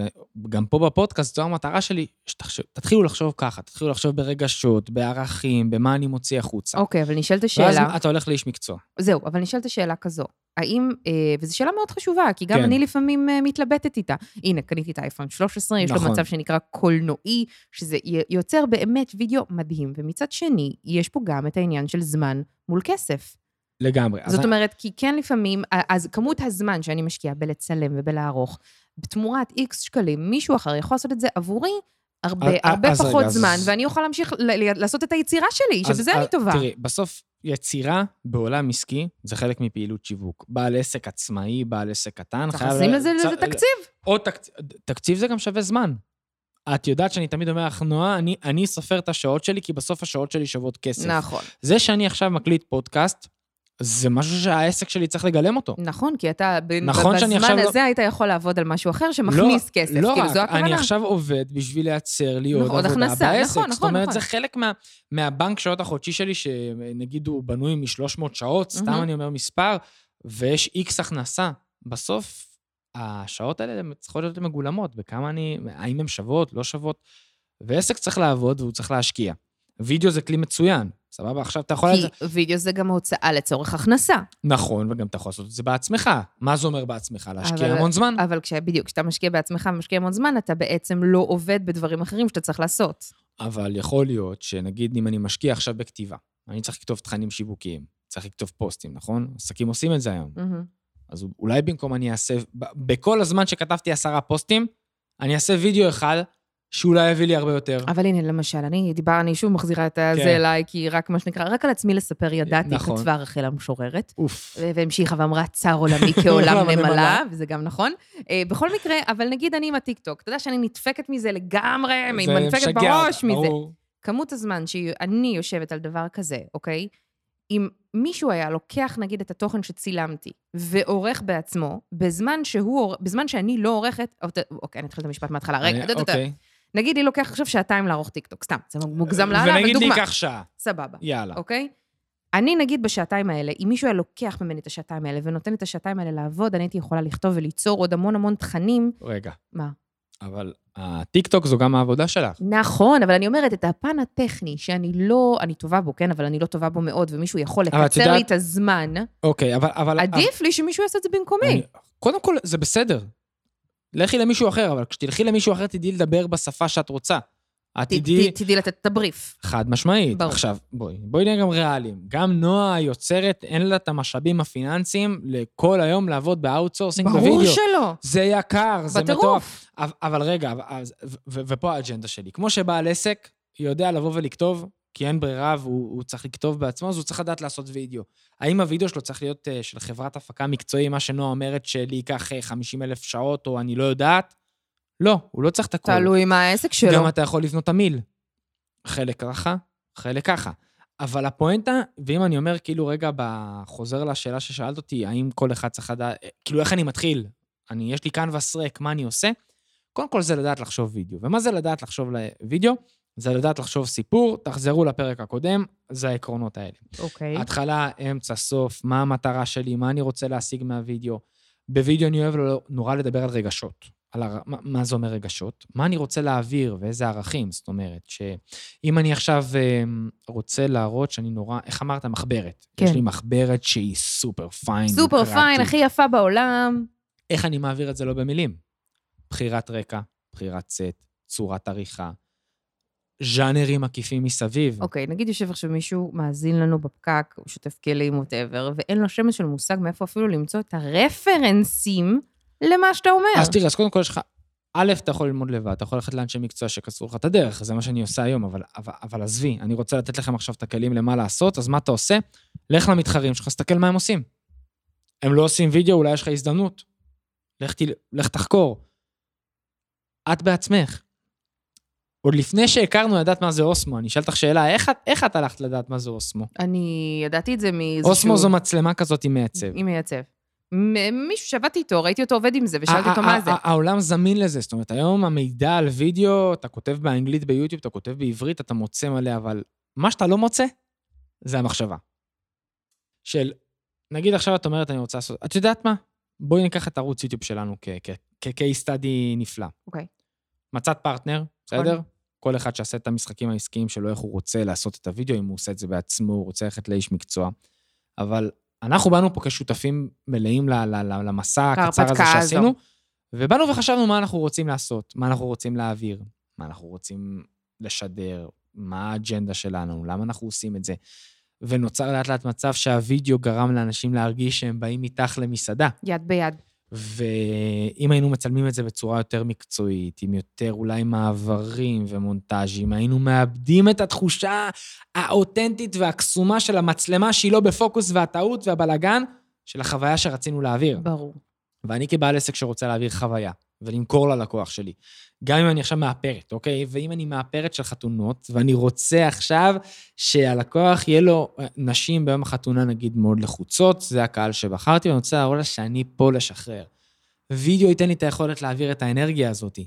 וגם פה בפודקאסט, זו המטרה שלי, שתתחילו לחשוב ככה, תתחילו לחשוב ברגשות, בערכים, במה אני מוציא החוצה. אוקיי, אבל נשאלת השאלה... ואז אתה הולך לאיש מקצוע. זהו, אבל נשאלת השאלה כזו, האם, וזו שאלה מאוד חשובה, כי גם כן. אני לפעמים מתלבטת איתה. הנה, קניתי את האייפון שלוש עשרה, יש נכון. לו מצב שנקרא קולנועי, שזה יוצר באמת וידאו מדהים, ומצד שני, יש פה גם את העניין של זמן מול כסף. לגמרי. זאת אומרת, כי כן לפעמים, אז כמות הזמן שאני משקיעה בלצלם ובלערוך, בתמורת איקס שקלים, מישהו אחר יכול לעשות את זה עבורי הרבה, הרבה פחות זמן, ואני אוכל להמשיך לעשות את היצירה שלי, שבזה אני טובה. תראי, בסוף יצירה בעולם עסקי, זה חלק מפעילות שיווק. בעל עסק עצמאי, בעל עסק קטן. צריך לשים לזה תקציב. או תקציב זה גם שווה זמן. את יודעת שאני תמיד אומר לך, נועה, אני, אני סופר את השעות שלי, כי בסוף השעות שלי שוות כסף. נכון. זה שאני עכשיו מקליט פודקאסט, זה משהו שהעסק שלי צריך לגלם אותו. נכון, כי אתה נכון בזמן הזה לא... היית יכול לעבוד על משהו אחר שמכניס לא, כסף, לא כאילו רק, זו הכוונה. אני עכשיו עובד בשביל לייצר לי נכון, עוד עבודה הכנסה, בעסק. נכון, זאת אומרת, נכון. זה חלק מה, מהבנק שעות החודשי שלי, שנגיד הוא בנוי מ-שלוש מאות שעות, סתם אני אומר מספר, ויש איקס הכנסה. בסוף, השעות האלה צריכות להיות מגולמות, בכמה אני, האם הן שוות, לא שוות, ועסק צריך לעבוד והוא צריך להשקיע. וידאו זה כלי מצוין, סבבה? עכשיו אתה יכול... כי וידאו זה גם הוצאה לצורך הכנסה. נכון, וגם אתה יכול לעשות את זה בעצמך. מה זה אומר בעצמך? להשקיע המון זמן. אבל בדיוק, כשאתה משקיע בעצמך ומשקיע המון זמן, אתה בעצם לא עובד בדברים אחרים שאתה צריך לעשות. אבל יכול להיות שנגיד אם אני משקיע עכשיו בכתיבה, אני צריך לכתוב תכנים שיווקיים, צריך לכתוב פוסטים, נכון? עסקים עושים את זה היום. אז אולי במקום אני אעשה, בכל הזמן שכתבתי עשרה פוסטים, אני אעשה וידאו אחד, שאולי יביא לי הרבה יותר. אבל הנה, למשל, אני דיבר, אני שוב מחזירה את זה אליי, כי רק מה שנקרא, רק על עצמי לספר ידעתי, כתבה רחל המשוררת, והמשיכה ואמרה, צר עולמי כעולם נמלה, וזה גם נכון. בכל מקרה, אבל נגיד אני עם הטיקטוק, אתה יודע שאני נדפקת מזה לגמרי, נדפקת בראש מזה. כמות הזמן שאני יושבת על דבר כזה, אוקיי? אם מישהו היה לוקח, נגיד, את התוכן שצילמתי, ועורך בעצמו, בזמן שהוא, בזמן שאני לא עורכת, אוקיי, אני אתחיל את המשפט מההתחלה, רגע, אוקיי. נגיד לי לוקח עכשיו שעתיים לערוך טיקטוק, סתם, זה מוגזם לעלה, אבל דוגמה. ונגיד לי ייקח שעה. סבבה. יאללה. אוקיי? אני נגיד בשעתיים האלה, אם מישהו היה לוקח ממני את השעתיים האלה, ונותן את השעתיים האלה לעבוד, אני הייתי יכולה לכתוב וליצור עוד המון המון תכנים. רגע. מה? אבל הטיקטוק זו גם העבודה שלך. נכון, אבל אני אומרת, את הפן הטכני, שאני לא, אני טובה בו, כן, אבל אני לא טובה בו מאוד, ומישהו יכול לקצר יודעת... לי את הזמן, אוקיי, אבל... אבל עדיף אבל... לי שמישהו יעשה את זה במקומי. אני... קודם כל, זה בסדר. לכי למישהו אחר, אבל כשתלכי למישהו אחר, תדעי לדבר בשפה שאת רוצה. תדעי... תדעי לתת את הבריף. חד משמעית. ברור. עכשיו, בואי, בואי נהיה גם ריאליים. גם נועה היוצרת, אין לה את המשאבים הפיננסיים לכל היום לעבוד באוטסורסינג בווידאו. ברור שלא. זה יקר, זה בטירוף. מטורף. אבל רגע, ופה האג'נדה שלי. כמו שבעל עסק יודע לבוא ולכתוב, כי אין ברירה והוא צריך לכתוב בעצמו, אז הוא צריך לדעת לעשות וידאו. האם הוידאו שלו צריך להיות של חברת הפקה מקצועי, מה שנועה אומרת שלי ייקח חמישים אלף שעות, או אני לא יודעת? לא, הוא לא צריך את הכל. תלוי מה העסק שלו. גם אתה יכול לבנות תמיל. חלק ככה, חלק ככה. אבל הפואנטה, ואם אני אומר כאילו רגע בחוזר לשאלה ששאלת אותי, האם כל אחד צריך לדעת, כאילו איך אני מתחיל? אני, יש לי קנבס ריק, מה אני עושה? קודם כל זה לדעת לחשוב וידאו. ומה זה לדעת לחשוב וידאו? זה לדעת לחשוב סיפור, תחזרו לפרק הקודם, זה העקרונות האלה. אוקיי. Okay. התחלה, אמצע, סוף, מה המטרה שלי, מה אני רוצה להשיג מהוידאו. בוידאו אני אוהב נורא לדבר על רגשות. על הר... מה, מה זה אומר רגשות? מה אני רוצה להעביר ואיזה ערכים? זאת אומרת, שאם אני עכשיו רוצה להראות שאני נורא, איך אמרת? מחברת. כן. יש לי מחברת שהיא סופר פיין. סופר פיין, הכי יפה בעולם. איך אני מעביר את זה לא במילים? בחירת רקע, בחירת סט, צורת עריכה, ז'אנרים עקיפים מסביב. אוקיי, נגיד יושב עכשיו מישהו מאזין לנו בפקק, הוא שותף כלים, whatever, ואין לו שמץ של מושג מאיפה אפילו למצוא את הרפרנסים למה שאתה אומר. אז תראה, אז קודם כל יש לך, א', אתה יכול ללמוד לבד, אתה יכול ללכת לאנשי מקצוע שקצרו לך את הדרך, זה מה שאני עושה היום, אבל, אבל, אבל עזבי, אני רוצה לתת לכם עכשיו את הכלים למה לעשות, אז מה אתה עושה? לך למתחרים שלך, תסתכל מה הם עושים. הם לא עושים וידאו, אולי יש לך הזדמנות. לך, לך תחקור. את בעצמך. עוד לפני שהכרנו לדעת מה זה אוסמו, אני אשאל אותך שאלה, איך, איך את הלכת לדעת מה זה אוסמו? אני ידעתי את זה מאיזשהו... אוסמו זו מצלמה כזאת עם מייצב. עם מייצב. מישהו שבאתי איתו, ראיתי אותו עובד עם זה, ושאלתי אותו מה זה. העולם זמין לזה, זאת אומרת, היום המידע על וידאו, אתה כותב באנגלית ביוטיוב, אתה כותב בעברית, אתה מוצא מלא, אבל מה שאתה לא מוצא, זה המחשבה. של, נגיד עכשיו את אומרת, אני רוצה לעשות, את יודעת מה? בואי ניקח את ערוץ יוטיוב שלנו כ-case study נפלא. אוקיי. מצאת פרטנר, בסדר? כל אחד שעשה את המשחקים העסקיים שלו, איך הוא רוצה לעשות את הוידאו, אם הוא עושה את זה בעצמו, הוא רוצה ללכת לאיש מקצוע. אבל אנחנו באנו פה כשותפים מלאים למסע הקצר הזה שעשינו, ובאנו וחשבנו מה אנחנו רוצים לעשות, מה אנחנו רוצים להעביר, מה אנחנו רוצים לשדר, מה האג'נדה שלנו, למה אנחנו עושים את זה. ונוצר לאט לאט מצב שהווידאו גרם לאנשים להרגיש שהם באים מתח למסעדה. יד ביד. ואם היינו מצלמים את זה בצורה יותר מקצועית, עם יותר אולי מעברים ומונטאז'ים, היינו מאבדים את התחושה האותנטית והקסומה של המצלמה שהיא לא בפוקוס והטעות והבלגן של החוויה שרצינו להעביר. ברור. ואני כבעל עסק שרוצה להעביר חוויה ולמכור ללקוח שלי, גם אם אני עכשיו מאפרת, אוקיי? ואם אני מאפרת של חתונות, ואני רוצה עכשיו שהלקוח יהיה לו נשים ביום החתונה, נגיד, מאוד לחוצות, זה הקהל שבחרתי, ואני רוצה להראות לה שאני פה לשחרר. וידאו ייתן לי את היכולת להעביר את האנרגיה הזאת,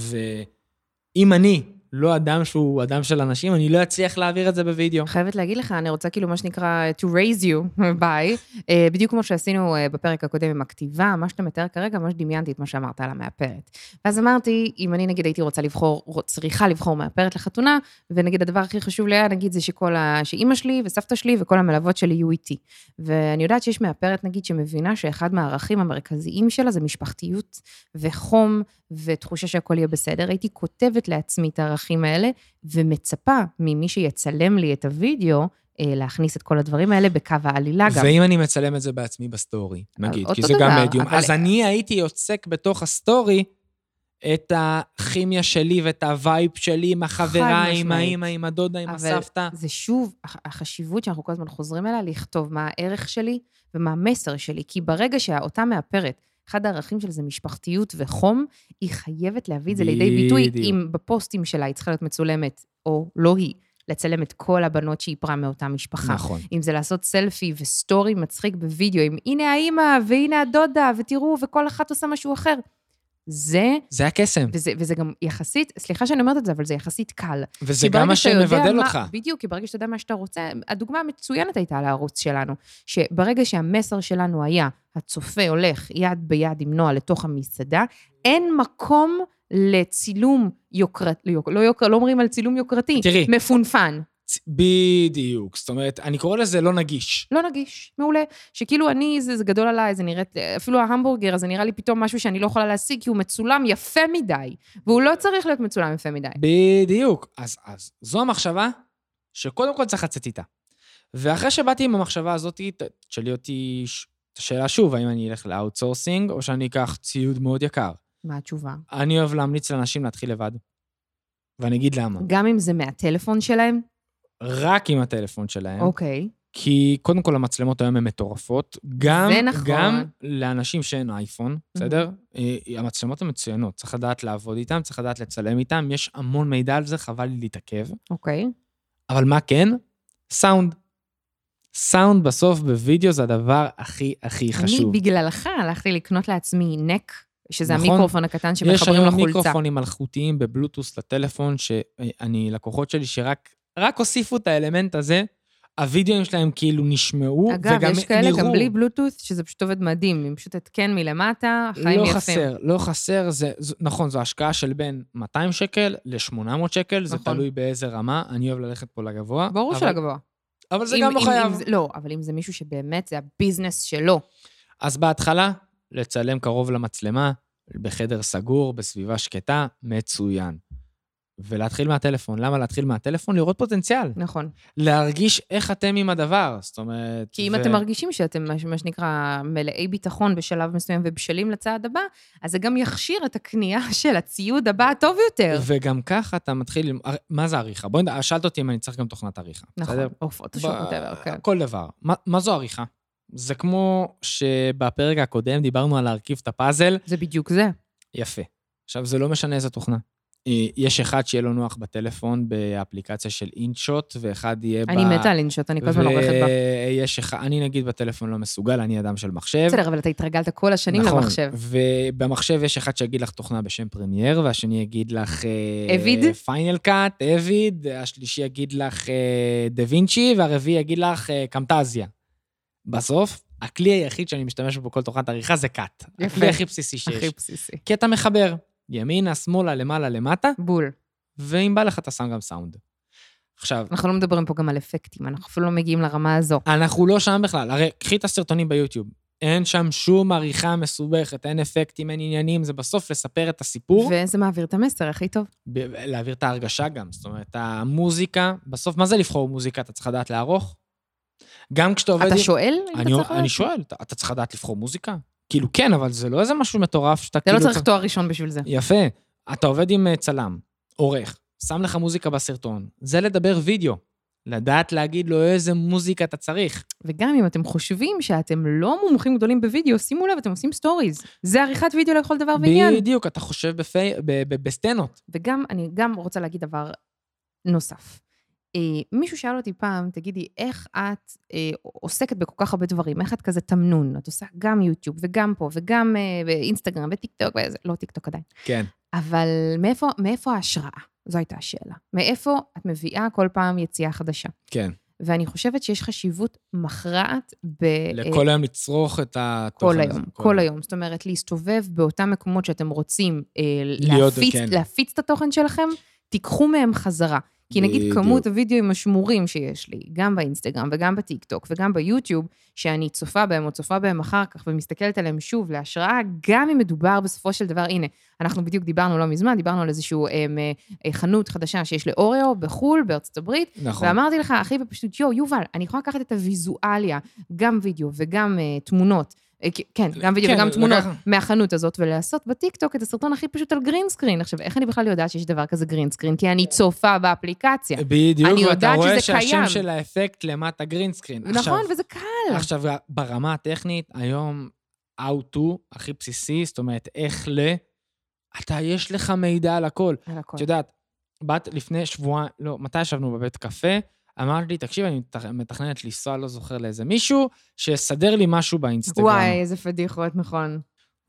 ואם אני לא אדם שהוא אדם של אנשים, אני לא אצליח להעביר את זה בווידאו. חייבת להגיד לך, אני רוצה כאילו מה שנקרא to raise you by, בדיוק כמו שעשינו בפרק הקודם עם הכתיבה, מה שאתה מתאר כרגע, מה שדמיינתי את מה שאמרת על המאפרת. ואז אמרתי, אם אני נגיד הייתי רוצה לבחור, צריכה לבחור מאפרת לחתונה, ונגיד הדבר הכי חשוב לי, נגיד זה שכל ה... שאימא שלי וסבתא שלי וכל המלוות שלי יהיו איתי. ואני יודעת שיש מאפרת נגיד שמבינה שאחד מהערכים המרכזיים שלה זה משפחתיות וחום ותחושה שהכל יהיה בסדר. הייתי כותבת לעצמי את הערכים האלה, ומצפה ממי שיצלם לי את הוידאו, להכניס את כל הדברים האלה בקו העלילה גם. ואם אני מצלם את זה בעצמי בסטורי, נגיד, כי זה גם מדיום, אז אני הייתי יוצק בתוך הסטורי, את הכימיה שלי ואת הווייב שלי עם החברה, עם האמא, עם הדודה, עם הסבתא. אבל זה שוב, החשיבות שאנחנו כל הזמן חוזרים אליה, לכתוב מה הערך שלי ומה המסר שלי, כי ברגע שאותה מאפרת, אחד הערכים של זה משפחתיות וחום, היא חייבת להביא את זה לידי ביטוי, אם בפוסטים שלה היא צריכה להיות מצולמת, או לא היא, לצלם את כל הבנות שהיא פרה מאותה משפחה. נכון. אם זה לעשות סלפי וסטורי מצחיק בווידאו, עם הנה האמא והנה הדודה, ותראו, וכל אחת עושה משהו אחר. זה... זה הקסם. וזה, וזה גם יחסית, סליחה שאני אומרת את זה, אבל זה יחסית קל. וזה גם מה שמבדל אותך. בדיוק, כי ברגע שאתה יודע מה שאתה רוצה, הדוגמה המצוינת הייתה על הערוץ שלנו, שברגע שהמסר שלנו היה, הצופה הולך יד ביד עם נועה לתוך המסעדה, אין מקום לצילום יוקרתי, לא, יוק, לא אומרים על צילום יוקרתי, תראי. מפונפן. בדיוק, זאת אומרת, אני קורא לזה לא נגיש. לא נגיש, מעולה. שכאילו אני, זה, זה גדול עליי, זה נראית, אפילו ההמבורגר, אז זה נראה לי פתאום משהו שאני לא יכולה להשיג, כי הוא מצולם יפה מדי, והוא לא צריך להיות מצולם יפה מדי. בדיוק. אז, אז זו המחשבה שקודם כל צריך לצאת איתה. ואחרי שבאתי עם המחשבה הזאת, תשאלי אותי את השאלה שוב, האם אני אלך לאוטסורסינג, או שאני אקח ציוד מאוד יקר. מה התשובה? אני אוהב להמליץ לאנשים להתחיל לבד. ואני אגיד למה. גם אם זה מהטלפון שלהם? רק עם הטלפון שלהם. אוקיי. כי קודם כל המצלמות היום הן מטורפות. גם, זה נכון. גם לאנשים שאין אייפון, בסדר? המצלמות הן מצוינות. צריך לדעת לעבוד איתם, צריך לדעת לצלם איתם. יש המון מידע על זה, חבל לי להתעכב. אוקיי. אבל מה כן? סאונד. סאונד בסוף בווידאו זה הדבר הכי הכי חשוב. אני בגללך הלכתי לקנות לעצמי נק, שזה נכון. המיקרופון הקטן שמחברים לחולצה. יש היום מיקרופונים מלאכותיים בבלוטוס לטלפון, שאני, לקוחות שלי שרק רק הוסיפו את האלמנט הזה, הווידאוים שלהם כאילו נשמעו, אגב, וגם יש כאלה נראו. גם בלי בלוטוס, שזה פשוט עובד מדהים, אם פשוט התקן מלמטה, חיים לא יפים. חסר, לא חסר, זה, זה, נכון, זו השקעה של בין מאתיים שקל ל-שמונה מאות שקל, נכון. זה תלוי באיזה רמה, אני אוהב ללכת פה לגבוה. ברור אבל, שלגבוה. אבל זה אם, גם לא אם, חייב. אם זה, לא, אבל אם זה מישהו שבאמת זה הביזנס שלו. אז בהתחלה, לצלם קרוב למצלמה, בחדר סגור, בסביבה שקטה, מצוין. ולהתחיל מהטלפון. למה להתחיל מהטלפון? לראות פוטנציאל. נכון. להרגיש איך אתם עם הדבר. זאת אומרת... כי אם ו... אתם מרגישים שאתם, מה שנקרא, מלאי ביטחון בשלב מסוים ובשלים לצעד הבא, אז זה גם יכשיר את הקנייה של הציוד הבא הטוב יותר. וגם ככה אתה מתחיל... מה זה עריכה? בואי נדע, שאלת אותי אם אני צריך גם תוכנת עריכה. נכון, או פוטושופ, whatever, כן. כל דבר. מה, מה זו עריכה? זה כמו שבפרק הקודם דיברנו על להרכיב את הפאזל. זה בדיוק זה. יפה. עכשיו, זה לא משנה איזה תוכנה. יש אחד שיהיה לו נוח בטלפון באפליקציה של אינשוט, ואחד יהיה ב... אני מתה על אינשוט, אני כל הזמן עורכת בה. ויש אחד, אני נגיד בטלפון לא מסוגל, אני אדם של מחשב. בסדר, אבל אתה התרגלת כל השנים למחשב. נכון, ובמחשב יש אחד שיגיד לך תוכנה בשם פרמייר, והשני יגיד לך... אביד? פיינל קאט, אביד, השלישי יגיד לך דה וינצ'י, והרביעי יגיד לך קמטזיה. בסוף, הכלי היחיד שאני משתמש בו בכל תוכנת עריכה זה קאט. הכלי הכי בסיסי שיש. הכי בסיסי. כי אתה מחבר. ימינה, שמאלה, למעלה, למטה. בול. ואם בא לך, אתה שם גם סאונד. עכשיו... אנחנו לא מדברים פה גם על אפקטים, אנחנו אפילו לא מגיעים לרמה הזו. אנחנו לא שם בכלל. הרי, קחי את הסרטונים ביוטיוב. אין שם שום עריכה מסובכת, אין אפקטים, אין עניינים, זה בסוף לספר את הסיפור. וזה מעביר את המסר הכי טוב. ב- להעביר את ההרגשה גם. זאת אומרת, המוזיקה, בסוף, מה זה לבחור מוזיקה? אתה צריך לדעת לערוך? גם כשאתה עובד... אתה שואל? אני, אני שואל, אתה, אתה צריך לדעת לבחור מוזיקה? כאילו כן, אבל זה לא איזה משהו מטורף שאתה אתה כאילו... לא צריך תואר ראשון בשביל זה. יפה. אתה עובד עם צלם, עורך, שם לך מוזיקה בסרטון. זה לדבר וידאו. לדעת להגיד לו איזה מוזיקה אתה צריך. וגם אם אתם חושבים שאתם לא מומחים גדולים בוידאו, שימו לב, אתם עושים סטוריז. זה עריכת וידאו לכל דבר ועניין. בדיוק, אתה חושב בפי... ב- ב- בסטנות. וגם, אני גם רוצה להגיד דבר נוסף. מישהו שאל אותי פעם, תגידי, איך את אה, עוסקת בכל כך הרבה דברים? איך את כזה תמנון? את עושה גם יוטיוב וגם פה, וגם אה, באינסטגרם וטיקטוק, וזה, לא טיקטוק עדיין. כן. אבל מאיפה, מאיפה ההשראה? זו הייתה השאלה. מאיפה את מביאה כל פעם יציאה חדשה? כן. ואני חושבת שיש חשיבות מכרעת ב... לכל היום לצרוך את התוכן הזה. כל היום, כל היום. זאת אומרת, להסתובב באותם מקומות שאתם רוצים להפיץ את התוכן שלכם, תיקחו מהם חזרה. כי נגיד כמות הוידאוים השמורים שיש לי, גם באינסטגרם וגם בטיקטוק וגם ביוטיוב, שאני צופה בהם או צופה בהם אחר כך ומסתכלת עליהם שוב להשראה, גם אם מדובר בסופו של דבר, הנה, אנחנו בדיוק דיברנו לא מזמן, דיברנו על איזשהו הם, חנות חדשה שיש לאוריו בחול, בארצות הברית, נכון. ואמרתי לך, אחי, ופשוט, יו, יובל, אני יכולה לקחת את הוויזואליה, גם וידאו וגם uh, תמונות, כן, גם וידאו וגם תמונות מהחנות הזאת, ולעשות בטיקטוק את הסרטון הכי פשוט על גרין סקרין. עכשיו, איך אני בכלל יודעת שיש דבר כזה גרין סקרין? כי אני צופה באפליקציה. בדיוק, ואתה רואה שהשם של האפקט למטה גרין סקרין. נכון, וזה קל. עכשיו, ברמה הטכנית, היום, how to, הכי בסיסי, זאת אומרת, איך ל... אתה, יש לך מידע על הכל. על הכל. את יודעת, בת לפני שבוע, לא, מתי ישבנו בבית קפה, אמרת לי, תקשיב, אני מתכננת לנסוע, לא זוכר לאיזה מישהו, שיסדר לי משהו באינסטגרם. וואי, איזה פדיחות, נכון.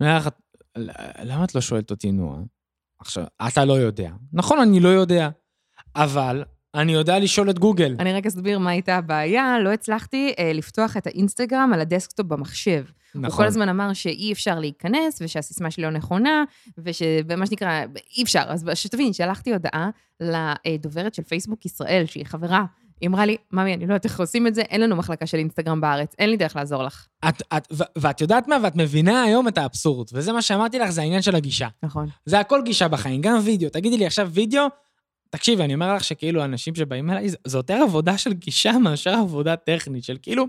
למה את לא שואלת אותי, נועה? עכשיו, אתה לא יודע. נכון, אני לא יודע, אבל אני יודע לשאול את גוגל. אני רק אסביר מה הייתה הבעיה, לא הצלחתי אה, לפתוח את האינסטגרם על הדסקטופ במחשב. נכון. הוא כל הזמן אמר שאי אפשר להיכנס, ושהסיסמה שלי לא נכונה, ושבמה שנקרא, אי אפשר. אז שתבין, שלחתי הודעה לדוברת של פייסבוק ישראל, שהיא חברה, היא אמרה לי, ממי, אני לא יודעת איך עושים את זה, אין לנו מחלקה של אינסטגרם בארץ, אין לי דרך לעזור לך. את, את, ו- ואת יודעת מה, ואת מבינה היום את האבסורד, וזה מה שאמרתי לך, זה העניין של הגישה. נכון. זה הכל גישה בחיים, גם וידאו. תגידי לי עכשיו וידאו, תקשיבי, אני אומר לך שכאילו אנשים שבאים אליי, זו יותר עבודה של גישה מאשר עבודה טכנית, של כאילו,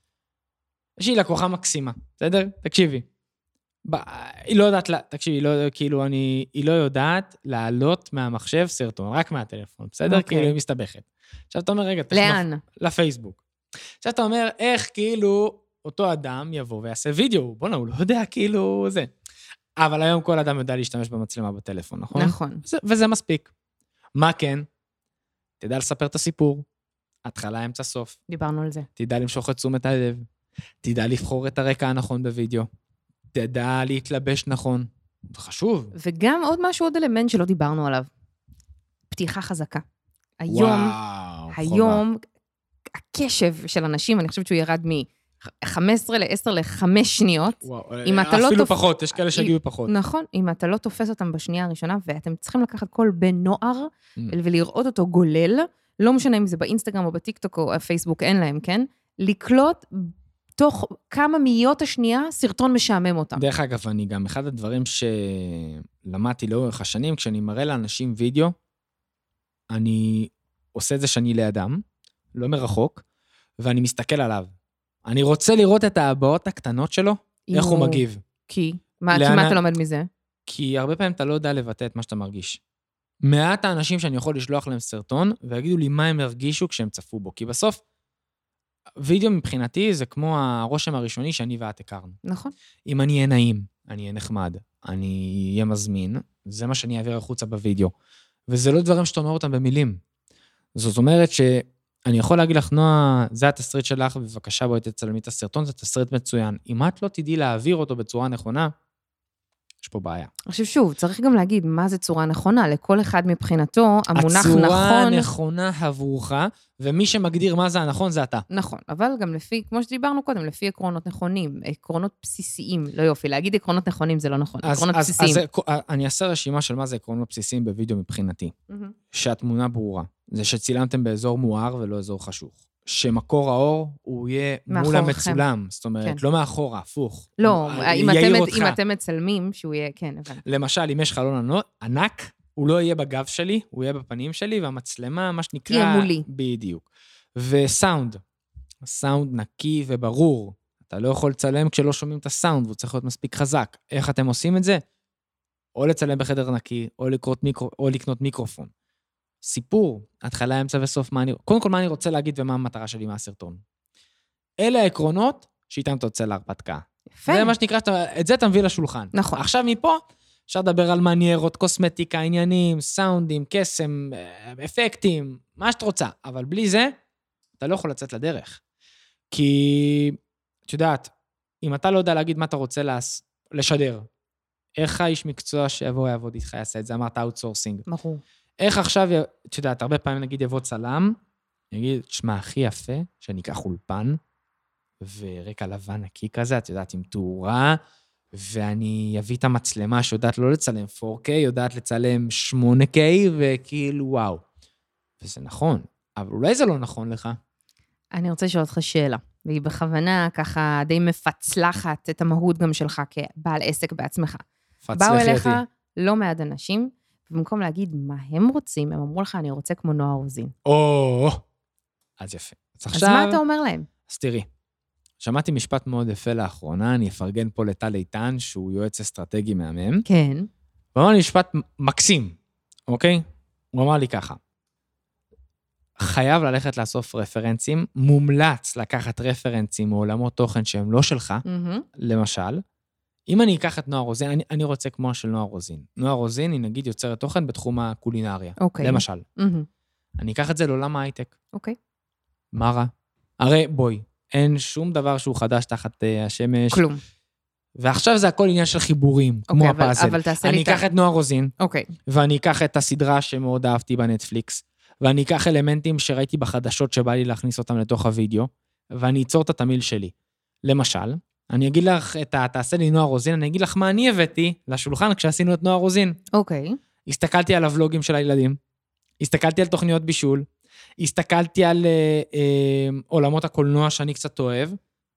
יש לי לקוחה מקסימה, בסדר? תקשיבי. ב- היא לא יודעת, לה, תקשיבי, היא לא, כאילו, אני, היא לא יודעת לעלות מהמחשב סרטון, רק מהטלפון, בסדר? אוקיי. כאילו, היא מסתבכת. עכשיו אתה אומר, רגע, לאן? לפייסבוק. עכשיו אתה אומר, איך כאילו אותו אדם יבוא ויעשה וידאו, בוא'נה, הוא לא יודע כאילו זה. אבל היום כל אדם יודע להשתמש במצלמה בטלפון, נכון? נכון. וזה, וזה מספיק. מה כן? תדע לספר את הסיפור, התחלה, אמצע, סוף. דיברנו על זה. תדע למשוך את תשומת הלב, תדע לבחור את הרקע הנכון בווידאו, תדע להתלבש נכון. זה חשוב. וגם עוד משהו, עוד אלמנט שלא דיברנו עליו. פתיחה חזקה. היום, וואו, היום, הקשב של אנשים, אני חושבת שהוא ירד מ-חמש עשרה ל-עשר ל-חמש שניות. וואו, אם אתה לא אפילו תופ... פחות, יש כאלה שהגיעו פחות. נכון, אם אתה לא תופס אותם בשנייה הראשונה, ואתם צריכים לקחת כל בן נוער, Mm. ולראות אותו גולל, לא משנה אם זה באינסטגרם או בטיקטוק או הפייסבוק, אין להם, כן? לקלוט תוך כמה מאיות השנייה, סרטון משעמם אותם. דרך אגב, אני גם, אחד הדברים שלמדתי לאורך השנים, כשאני מראה לאנשים וידאו, אני עושה את זה שאני לידם, לא מרחוק, ואני מסתכל עליו. אני רוצה לראות את ההבעות הקטנות שלו, איך הוא מגיב. כי? מה, לאן... כי מה אתה לומד מזה? כי הרבה פעמים אתה לא יודע לבטא את מה שאתה מרגיש. מעט האנשים שאני יכול לשלוח להם סרטון, ויגידו לי מה הם הרגישו כשהם צפו בו. כי בסוף, וידאו מבחינתי זה כמו הרושם הראשוני שאני ואת הכרנו. נכון. אם אני אהיה נעים, אני אהיה נחמד, אני אהיה מזמין, זה מה שאני אעביר החוצה בווידאו. וזה לא דברים שאתה אומר אותם במילים. זאת אומרת שאני יכול להגיד לך, נועה, זה התסריט שלך, בבקשה בואי תצלמי את הסרטון, זה תסריט מצוין. אם את לא תדעי להעביר אותו בצורה נכונה, יש פה בעיה. עכשיו שוב, צריך גם להגיד מה זה צורה נכונה, לכל אחד מבחינתו, המונח נכון... הצורה נכונה עבורך, ומי שמגדיר מה זה הנכון זה אתה. נכון, אבל גם לפי, כמו שדיברנו קודם, לפי עקרונות נכונים, עקרונות בסיסיים, לא יופי, להגיד עקרונות נכונים זה לא נכון, אז, עקרונות אז, בסיסיים. אז אני אעשה רשימה של מה זה עקרונות בסיסיים בווידאו מבחינתי. Mm-hmm. שהתמונה ברורה, זה שצילמתם באזור מואר ולא אזור חשוך. שמקור האור הוא יהיה מול המצולם, זאת אומרת, כן. לא מאחורה, הפוך. לא, אם אתם, אם אתם מצלמים, שהוא יהיה, כן, הבנתי. למשל, אם יש חלון ענק, הוא לא יהיה בגב שלי, הוא יהיה בפנים שלי, והמצלמה, מה שנקרא... יהיה מולי. בדיוק. וסאונד, סאונד נקי וברור. אתה לא יכול לצלם כשלא שומעים את הסאונד, והוא צריך להיות מספיק חזק. איך אתם עושים את זה? או לצלם בחדר נקי, או לקנות, מיקרו, או לקנות מיקרופון. סיפור, התחלה, אמצע וסוף, מה אני... קודם כל, מה אני רוצה להגיד ומה המטרה שלי מהסרטון. אלה העקרונות שאיתם אתה יוצא להרפתקה. יפה. זה מה שנקרא, שאתה, את זה אתה מביא לשולחן. נכון. עכשיו מפה, אפשר לדבר על מניירות, קוסמטיקה, עניינים, סאונדים, קסם, אפקטים, מה שאת רוצה. אבל בלי זה, אתה לא יכול לצאת לדרך. כי, את יודעת, אם אתה לא יודע להגיד מה אתה רוצה לס... לשדר, איך האיש מקצוע שיבוא יעבוד איתך יעשה את זה? אמרת אאוטסורסינג. נכון. איך עכשיו, את יודעת, הרבה פעמים נגיד יבוא צלם, נגיד, תשמע, הכי יפה, שאני אקח אולפן, ורקע לבן נקי כזה, את יודעת, עם תאורה, ואני אביא את המצלמה שיודעת לא לצלם פור קיי, יודעת לצלם שמונה קיי, וכאילו, וואו. וזה נכון, אבל אולי זה לא נכון לך. אני רוצה לשאול אותך שאלה, והיא בכוונה ככה די מפצלחת את המהות גם שלך כבעל עסק בעצמך. באו אליך לא מעט אנשים, ובמקום להגיד מה הם רוצים, הם אמרו לך, אני רוצה כמו נועה רוזין. או, אז יפה. אז, אז מה אתה אומר להם? אז תראי, שמעתי משפט מאוד יפה לאחרונה, אני אפרגן פה לטל איתן, שהוא יועץ אסטרטגי מהמם. כן. הוא אמר לי משפט מקסים, אוקיי? הוא אמר לי ככה, חייב ללכת לאסוף רפרנסים, מומלץ לקחת רפרנסים מעולמות תוכן שהם לא שלך, mm-hmm. למשל, אם אני אקח את נועה רוזין, אני, אני רוצה כמו של נועה רוזין. נועה רוזין היא נגיד יוצרת תוכן בתחום הקולינריה. אוקיי. למשל. Mm-hmm. אני אקח את זה לעולם ההייטק. אוקיי. מה רע? הרי בואי, אין שום דבר שהוא חדש תחת uh, השמש. כלום. ועכשיו זה הכל עניין של חיבורים, אוקיי, כמו אבל, הפאזל. אבל תעשה לי אני אקח את נועה רוזין, אוקיי. ואני אקח את הסדרה שמאוד אהבתי בנטפליקס, ואני אקח אלמנטים שראיתי בחדשות שבא לי להכניס אותם לתוך הוידאו, ואני אצור את התמיל שלי. למשל, אני אגיד לך, את ה... תעשה לי נועה רוזין, אני אגיד לך מה אני הבאתי לשולחן כשעשינו את נועה רוזין. אוקיי. הסתכלתי על הוולוגים של הילדים, הסתכלתי על תוכניות בישול, הסתכלתי על אה, אה, עולמות הקולנוע שאני קצת אוהב,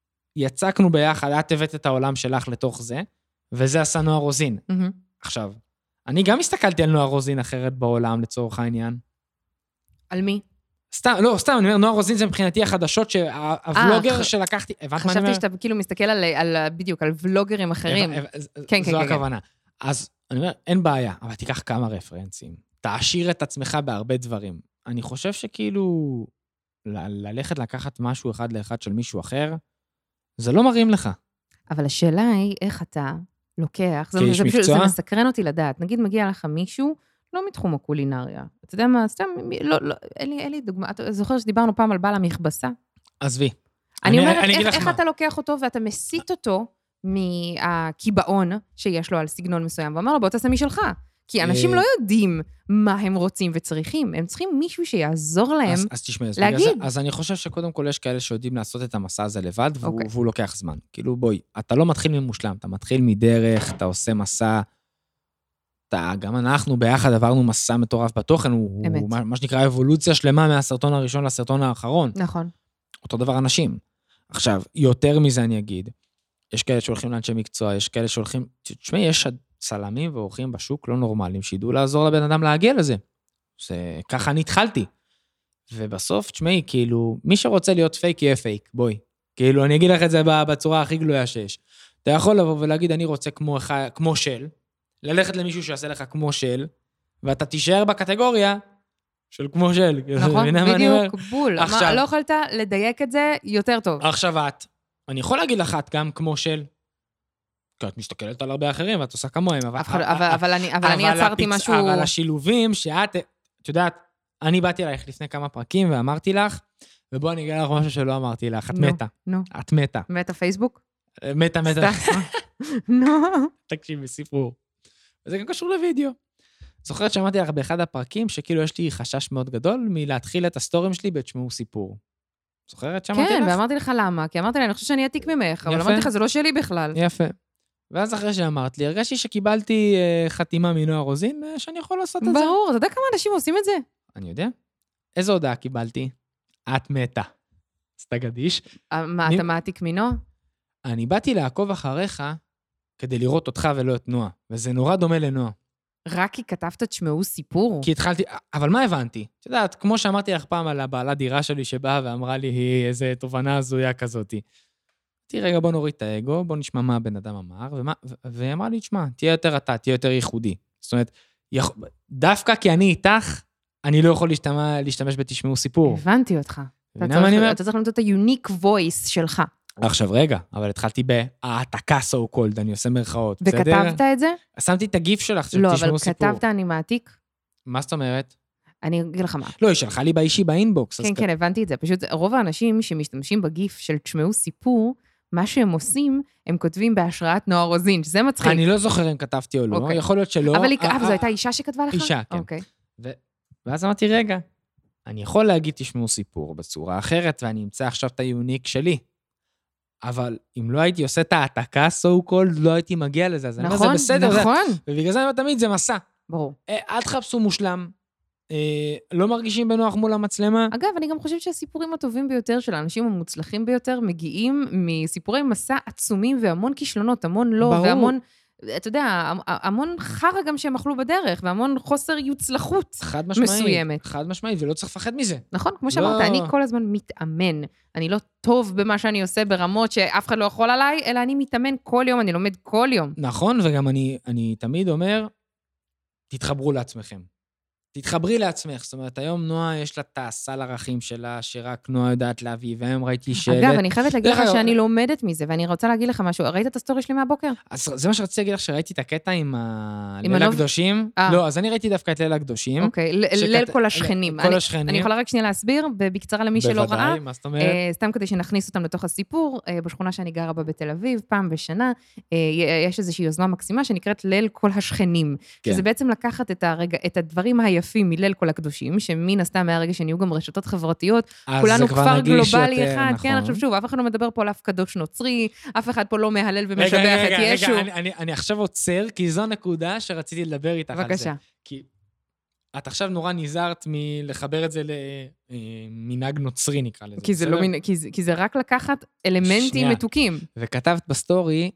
יצקנו ביחד, את הבאת את העולם שלך לתוך זה, וזה עשה נועה רוזין. Mm-hmm. עכשיו, אני גם הסתכלתי על נועה רוזין אחרת בעולם, לצורך העניין. על מי? סתם, לא, סתם, אני אומר, נועה רוזין זה מבחינתי החדשות שהוולוגר ח... שלקחתי, הבנת מה אני אומר? חשבתי שאתה כאילו מסתכל על, על, בדיוק, על ולוגרים אחרים. הבא, כן, זו כן, הכוונה. כן. אז אני אומר, אין בעיה, אבל תיקח כמה רפרנסים. תעשיר את עצמך בהרבה דברים. אני חושב שכאילו, ל- ללכת לקחת משהו אחד לאחד של מישהו אחר, זה לא מרים לך. אבל השאלה היא, איך אתה לוקח, זה, כאיש זה, מקצוע? זה מסקרן אותי לדעת. נגיד מגיע לך מישהו, לא מתחום הקולינריה. אתה יודע מה, סתם, לא, לא, אין לי, אין לי דוגמה. אתה זוכר שדיברנו פעם על בעל המכבסה? עזבי. אני, אני אומרת, אני איך, איך אתה לוקח אותו ואתה מסית אותו מהקיבעון שיש לו על סגנון מסוים, ואומר לו, בוא תעשה משלך. כי אנשים לא יודעים מה הם רוצים וצריכים, הם צריכים מישהו שיעזור להם אז, אז תשמע, אז להגיד. זה, אז אני חושב שקודם כל יש כאלה שיודעים לעשות את המסע הזה לבד, והוא, Okay. והוא לוקח זמן. כאילו בואי, אתה לא מתחיל ממושלם, אתה מתחיל מדרך, אתה עושה מסע, אתה, גם אנחנו ביחד עברנו מסע מטורף בתוכן, הוא, הוא מה, מה שנקרא אבולוציה שלמה מהסרטון הראשון לסרטון האחרון. נכון. אותו דבר אנשים. עכשיו, יותר מזה אני אגיד, יש כאלה שהולכים לאנשי מקצוע, יש כאלה שהולכים, תשמעי, יש צלמים ועורכים בשוק לא נורמליים, שידעו לעזור לבן אדם להגיע לזה. זה, ככה אני התחלתי. ובסוף, תשמעי, כאילו, מי שרוצה להיות פייק, יהיה פייק, בואי. כאילו, אני אגיד לך את זה בצורה הכי גלויה שיש. אתה יכול לבוא ולהגיד, אני רוצה כמו, כמו של, ללכת למישהו שיעשה לך כמו של, ואתה תישאר בקטגוריה של כמו של. נכון, בדיוק, בול. עכשיו, מה, לא יכולת לדייק את זה יותר טוב. עכשיו את, אני יכול להגיד לך את גם כמו של, כי את מסתכלת על הרבה אחרים, ואת עושה כמוהם, אבל... אבל, אבל, אבל אני, אבל אני יצרתי הפיצ... משהו... אבל השילובים שאת, את יודעת, אני באתי אלייך לפני כמה פרקים ואמרתי לך, ובוא אני אגיד לך משהו שלא אמרתי לך, את נו, מתה. נו. את מתה. מתה פייסבוק? מתה, מתה. נו. תקשיב, בסיפור. וזה גם קשור לוידאו. זוכרת שאמרתי לך באחד הפרקים, שכאילו יש לי חשש מאוד גדול מלהתחיל את הסטורים שלי בתשמעו סיפור. זוכרת שאמרתי לך? כן, ואמרתי לך למה, כי אמרתי לי, אני חושב שאני עתיק ממך, אבל אמרתי לך, זה לא שלי בכלל. יפה. ואז אחרי שאמרת לי, הרגשתי שקיבלתי uh, חתימה מנועה רוזין, uh, שאני יכול לעשות את זה. ברור, אתה יודע כמה אנשים עושים את זה? אני יודע. איזו הודעה קיבלתי? את מתה. אז תגדיש. מה, אני... אתה מעתיק מנועה? אני באתי לעקוב אחריך כדי לראות אותך ולא את נועה, וזה נורא דומה לנועה. רק כי כתבת תשמעו סיפור? כי התחלתי, אבל מה הבנתי? את יודעת, כמו שאמרתי לך פעם על הבעלת דירה שלי שבאה ואמרה לי, היא איזה תובנה הזויה כזאתי. תראי, רגע, בוא נוריד את האגו, בוא נשמע מה הבן אדם אמר, ומה, והיא אמרה לי, תשמע, תהיה יותר אתה, תהיה יותר ייחודי. זאת אומרת, יכול, דווקא כי אני איתך, אני לא יכול להשתמש, להשתמש בתשמעו סיפור. הבנתי אותך. אתה צריך, אתה צריך למצוא את ה-unique voice שלך. עכשיו רגע, אבל התחלתי בהעתקה so called, אני עושה מרכאות. וכתבת את זה? שמתי את הגיף שלך, של לא, תשמעו סיפור. אבל כתבת אני מעתיק? מה זאת אומרת? אני אגיד לך מה. לא, היא שלחה לי באישי באינבוקס. כן, כן, הבנתי את זה. פשוט רוב האנשים שמשתמשים בגיף של תשמעו סיפור, מה שהם עושים, הם כותבים בהשראת נועה רוזין, שזה מצחיק. אני לא זוכר אם כתבתי או לא, יכול להיות שלא. אבל זו הייתה אישה שכתבה לך? אישה, כן. אוקיי. ואז אמרתי, רגע, אני יכול להגיד תשמעו סיפור בצורה אחרת, ואני אמצא עכשיו את היוניק שלי. אבל אם לא הייתי עושה את העתקה so called, לא הייתי מגיע לזה, אז אני אומר, זה בסדר. נכון, ובגלל זה אני אומר תמיד, זה מסע. ברור. אל תחפשו מושלם, לא מרגישים בנוח מול המצלמה. אגב, אני גם חושבת שהסיפורים הטובים ביותר של האנשים המוצלחים ביותר, מגיעים מסיפורי מסע עצומים והמון כישלונות, המון לא, והמון, אתה יודע, המון חרא גם שהם אכלו בדרך, והמון חוסר יוצלחות מסוימת. חד משמעית, ולא צריך לפחד מזה. נכון, כמו שאמרת, אני כל הזמן מתאמן. אני לא טוב במה שאני עושה ברמות שאף אחד לא יכול עליי, אלא אני מתאמן כל יום, אני לומד כל יום. נכון, וגם אני, אני תמיד אומר, תתחברו לעצמכם. תתחברי לעצמך, זאת אומרת, היום נועה יש לה את הסל ערכים שלה, שרק נועה יודעת להביא, והיום ראיתי שלט. אגב, אני חייבת להגיד לך שאני לומדת מזה, ואני רוצה להגיד לך משהו. ראית את הסטורי שלי מהבוקר? אז זה מה שרציתי להגיד לך, שראיתי את הקטע עם ליל הקדושים. לא, אז אני ראיתי דווקא את ליל הקדושים. אוקיי, ליל כל השכנים. כל השכנים. אני יכולה רק שנייה להסביר, בקצרה למי שלא ראה. בוודאי, מה זאת אומרת? סתם כדי שנכניס אותם לתוך הסיפור, בשכונה שאני גרה בה בתל אביב, פעם בשנה, יש איזושהי יוזמה מקסימה שנקראת ליל כל השכנים. שזה בעצם לקחת את הדברים היפים מליל כל הקדושים, שמן הסתם מהרגע שנהיו גם רשתות חברתיות, כולנו כפר גלובלי אחד, כן, עכשיו שוב, אף אחד לא מדבר פה על אף קדוש נוצרי, אף אחד פה לא מהלל ומשבח את ישו. רגע, רגע, אני עכשיו עוצר, כי זו נקודה שרציתי לדבר איתך על זה. בבקשה. כי את עכשיו נורא נזהרת מלחבר את זה למנהג נוצרי, נקרא לזה. כי זה, לא מנ... כי זה, כי זה רק לקחת אלמנטים שנייה. מתוקים. וכתבת בסטורי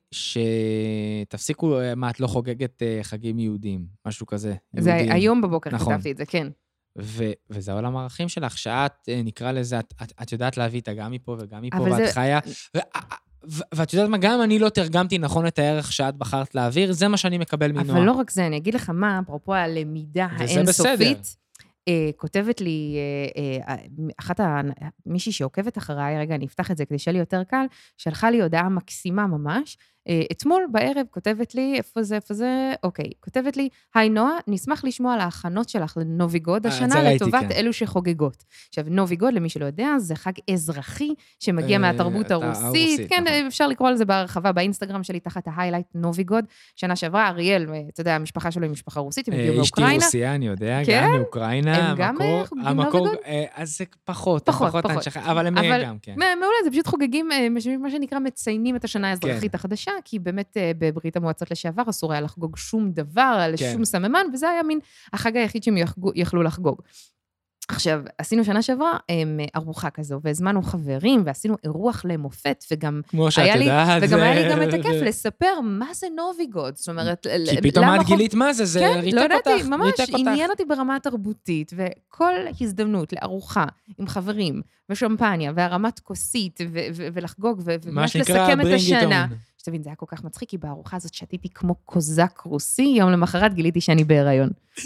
שתפסיקו, מה, את לא חוגגת חגים יהודים, משהו כזה. זה יהודים. היום בבוקר נכון. כתבתי את זה, כן. ו- וזה העולם הערכים שלך, שאת, נקרא לזה, את, את, את יודעת להביא את גם מפה וגם מפה, ואת זה... חיה. ו- ו- ואת יודעת מה, גם אני לא תרגמתי נכון את הערך שאת בחרת להעביר, זה מה שאני מקבל מנועה. אבל לא רק זה, אני אגיד לך מה, אפרופו הלמידה האינסופית, אה, כותבת לי, אה, אה, אחת ה... מישהי שעוקבת אחריי, רגע, אני אפתח את זה כדי שיהיה לי יותר קל, שלחה לי הודעה מקסימה ממש, אתמול בערב כותבת לי, איפה זה, איפה זה, אוקיי, כותבת לי, היי נועה, נשמח לשמוע על ההכנות שלך לנוביגוד השנה, לטובת אלו שחוגגות. עכשיו, נוביגוד, למי שלא יודע, זה חג אזרחי, שמגיע מהתרבות הרוסית, כן, אפשר לקרוא על זה בהרחבה, באינסטגרם שלי, תחת ההיילייט נוביגוד, שנה שעברה, אריאל, אתה יודע, המשפחה שלו היא משפחה רוסית, הם הגיעו מאוקראינה. אשתי רוסיה, אני יודע, גם מאוקראינה, הם גם חוגגים נוביגוד? אז זה פחות, פחות, אבל הם גם, כן. מעולה, זה פשוט חוגגים, מה שנקרא, מציינים את השנה האזרחית החדשה, כי באמת בברית המועצות לשעבר אסור היה לחגוג שום דבר, על שום סממן, וזה היה מין החג היחיד שהם יכלו לחגוג. עכשיו, עשינו שנה שעברה ארוחה כזו, והזמנו חברים, ועשינו אירוח למופת, וגם היה לי, וגם היה לי גם את הכיף לספר מה זה נוביגוד, זאת אומרת, כי פתאום את גילית מה זה, זה ריתק אותך. כן, לא ידעתי, ממש עניין אותי ברמה התרבותית, וכל הזדמנות לארוחה עם חברים, ושמפניה, והרמת כוסית, ולחגוג, וממש לסכם את השנה. שתבין, זה היה כל כך מצחיק, כי בארוחה הזאת שתיתי כמו קוזק רוסי, יום למחרת גיליתי שאני בהיריון.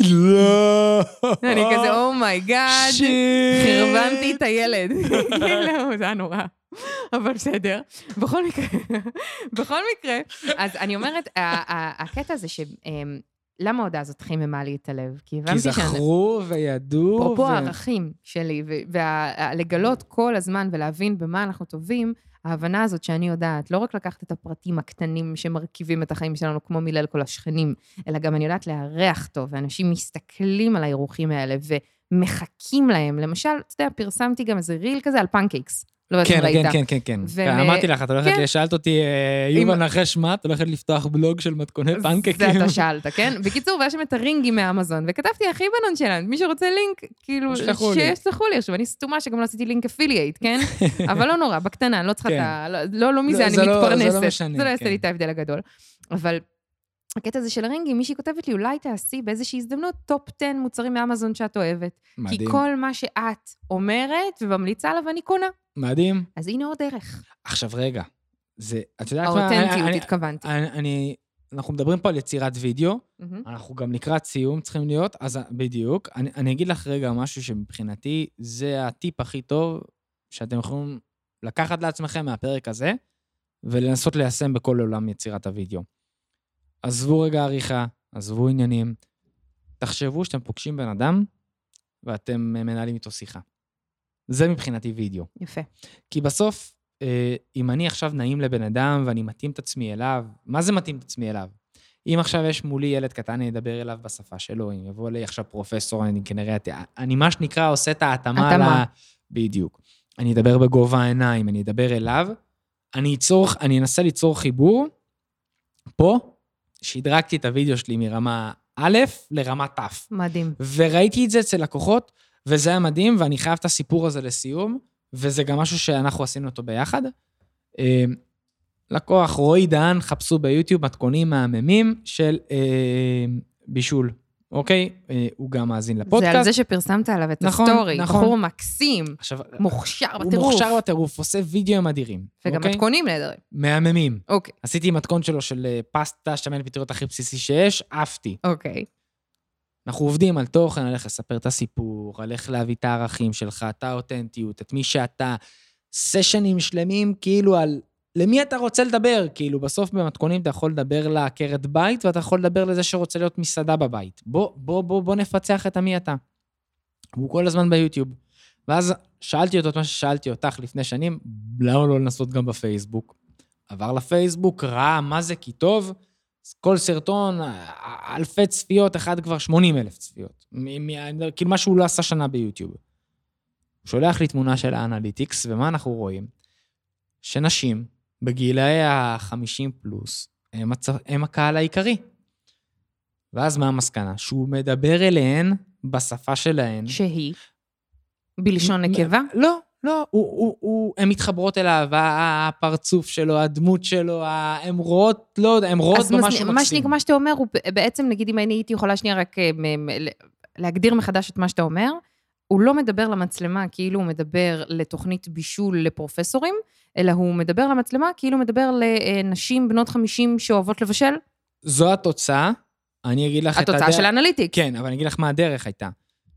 לא! אני כזה, אומייגאד, חרבנתי את הילד. לא, זה היה נורא. אבל בסדר. בכל מקרה, בכל מקרה, אז אני אומרת, הקטע הזה ש... למה ההודעה הזאת חיממה לי את הלב? כי זכרו וידעו. אפרופו הערכים שלי, ולגלות כל הזמן ולהבין במה אנחנו טובים, ההבנה הזאת שאני יודעת, לא רק לקחת את הפרטים הקטנים שמרכיבים את החיים שלנו, כמו מליל כל השכנים, אלא גם אני יודעת לארח טוב, ואנשים מסתכלים על האירוחים האלה, ומחכים להם. למשל, אתה יודע, פרסמתי גם איזה ריל כזה על פנקייקס. לא כן, כן, כן, כן, כן. אמרתי לך, את הולכת, שאלת אותי, יובל נחש מה, את הולכת לפתוח בלוג של מתכוני פנקייקים. זה אתה שאלת, כן? בקיצור, והיה שם את הרינגים מאמזון, וכתבתי, הכי בנון שלנו, מי שרוצה לינק, כאילו, שישלחו לי. עכשיו, אני סתומה שגם לא עשיתי לינק אפילייט, כן? אבל לא נורא, בקטנה, אני לא צריכה את ה... לא מזה, אני מתפרנסת. זה לא משנה. זה לא יעשה לי את ההבדל הגדול. אבל הקטע הזה של הרינגים, מישהי כותבת לי, אולי תעשי באיזושהי הזדמנות, טופ עשר מוצרים מאמזון שאת אוהבת. מדהים. כי כל מה שאת אומרת ובמליצה עליו אני קונה. מדהים. אז הנה עוד דרך. עכשיו רגע, זה, את יודעת מה? האותנטיות, התכוונתי. אני, אני, אנחנו מדברים פה על יצירת וידאו, אנחנו גם לקראת סיום צריכים להיות, אז בדיוק, אני, אני אגיד לך רגע משהו שמבחינתי, זה הטיפ הכי טוב, שאתם יכולים לקחת לעצמכם מהפרק הזה, ולנסות ליישם בכל עולם יצירת הוידאו. עזבו רגע עריכה, עזבו עניינים, תחשבו שאתם פוגשים בן אדם, ואתם מנהלים איתו שיחה. זה מבחינתי וידאו. יפה. כי בסוף, אם אני עכשיו נעים לבן אדם, ואני מתאים את עצמי אליו, מה זה מתאים את עצמי אליו? אם עכשיו יש מולי ילד קטן, אני אדבר אליו בשפה שלו, אם יבוא לי עכשיו פרופסור, אני כנראה, אני מה שנקרא עושה את ההתאמה. התאמה. בדיוק. אני אדבר בגובה העיניים, אני אדבר אליו, אני אצור, אני אנסה ליצור חיבור, פה, שהדרקתי את הוידאו שלי מרמה א' לרמה ת'. מדהים. וראיתי את זה אצל לקוחות, וזה היה מדהים, ואני חייב את הסיפור הזה לסיום, וזה גם משהו שאנחנו עשינו אותו ביחד. לקוח רועי דהן, חפשו ביוטיוב מתכונים מהממים של בישול. אוקיי? הוא גם מאזין לפודקאסט. זה על זה שפרסמת עליו את הסטורי. בחור מקסים, מוכשר בטירוף. הוא מוכשר בטירוף, עושה וידאוים אדירים. וגם מתכונים נהדרים. מהממים. אוקיי. עשיתי מתכון שלו של פסטה, שמן פטריות הכי בסיסי שיש, עפתי. אוקיי. אנחנו עובדים על תוכן, על איך לספר את הסיפור, על איך להביא את הערכים שלך, את האותנטיות, את מי שאתה, סשנים שלמים, כאילו על למי אתה רוצה לדבר, כאילו בסוף במתכונים אתה יכול לדבר לעקרת בית, ואתה יכול לדבר לזה שרוצה להיות מסעדה בבית. בוא, בוא, בוא, בוא נפצח את המי אתה. הוא כל הזמן ביוטיוב. ואז שאלתי אותו את מה ששאלתי אותך לפני שנים, למה לא לנסות גם בפייסבוק? עבר לפייסבוק, ראה מה זה כי טוב, כל סרטון, אלפי צפיות, אחד כבר שמונים אלף צפיות. כאילו מה שהוא לא עשה שנה ביוטיוב. הוא שולח לי תמונה של האנליטיקס, ומה אנחנו רואים? שנשים בגילאי ה-חמישים פלוס, הם, הצ... הם הקהל העיקרי. ואז מה המסקנה? שהוא מדבר אליהן בשפה שלהן. שהיא? בלשון נקבה? לא, לא, הוא, הוא, הוא, הן מתחברות אליו, הפרצוף שלו, הדמות שלו, הן רואות, לא יודע, הן רואות במשהו מקסים. מה שאתה אומר, הוא בעצם, נגיד, אם אני הייתי יכולה שנייה רק להגדיר מחדש את מה שאתה אומר, הוא לא מדבר למצלמה כאילו הוא מדבר לתוכנית בישול לפרופסורים, אלא הוא מדבר למצלמה כאילו הוא מדבר לנשים בנות חמישים שאוהבות לבשל. זו התוצאה, אני אגיד לך את הדרך. התוצאה של האנליטיק. כן, אבל אני אגיד לך מה הדרך הייתה.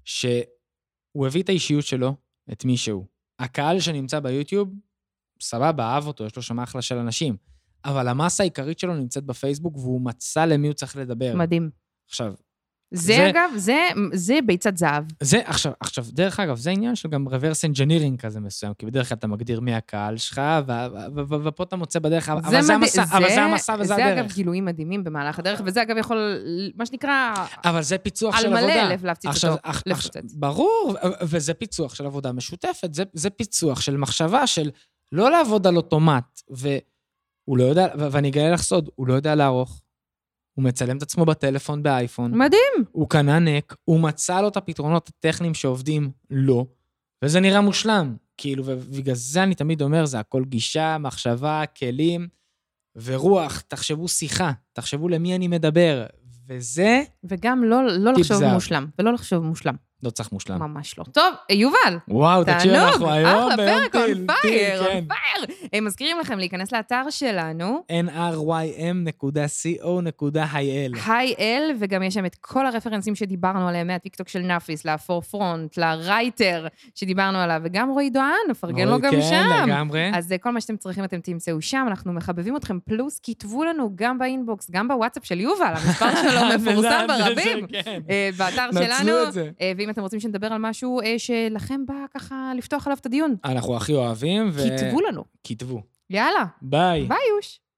שהוא הביא את האישיות שלו, את מי שהוא. הקהל שנמצא ביוטיוב, סבבה, אהב אותו, יש לו שם אחלה של אנשים. אבל המסה העיקרית שלו נמצאת בפייסבוק, והוא מצא למי הוא צריך לדבר. מדהים. עכשיו, זה, זה אגב, זה, זה ביצת זהב. זה, עכשיו, עכשיו, דרך אגב, זה עניין של גם reverse engineering כזה מסוים, כי בדרך כלל אתה מגדיר מי הקהל שלך, ופה אתה מוצא בדרך, אבל זה המסע, אבל זה המסע וזה הדרך. זה אגב גילויים מדהימים במהלך הדרך, וזה אגב יכול, מה שנקרא, אבל זה פיצוח של עבודה. על מלא להפציץ אותו, לפוצץ. ברור, וזה פיצוח של עבודה משותפת, זה, זה פיצוח של מחשבה, של לא לעבוד על אוטומט, והוא לא יודע, ואני אגלה לך סוד, הוא לא יודע לערוך. הוא מצלם את עצמו בטלפון באייפון. מדהים. הוא קנה נק, הוא מצא לו את הפתרונות הטכניים שעובדים לו, וזה נראה מושלם. כאילו, ובגלל זה אני תמיד אומר, זה הכל גישה, מחשבה, כלים ורוח. תחשבו שיחה, תחשבו למי אני מדבר, וזה... וגם לא, לא לחשוב מושלם, ולא לחשוב מושלם. לא צריך מושלם. ממש לא. טוב, יובל. וואו, תקשיב, אנחנו היום ביום טיל. אחלה פרק, on fire, on fire. הם מזכירים לכם להיכנס לאתר שלנו. אן אר וואי אם נקודה סי או נקודה איי אל. איי אל, וגם יש שם את כל הרפרנסים שדיברנו עליהם, מהטיקטוק של נאפיס, לפורפרונט, לרייטר שדיברנו עליו, וגם רועי דואן, נפרגן לו גם שם. כן, לגמרי. אז כל מה שאתם צריכים אתם תמצאו שם, אנחנו מחבבים אתכם, פלוס כתבו לנו גם באינבוקס, גם בוואטסאפ של יובל, המספר שלו מפורסם ברבים, באתר שלנו. ואם אתם רוצים שנדבר על משהו שלכם בא ככה לפתוח עליו את הדיון. אנחנו הכי אוהבים. כתבו לנו. כתבו. יאללה. ביי. ביי יוש.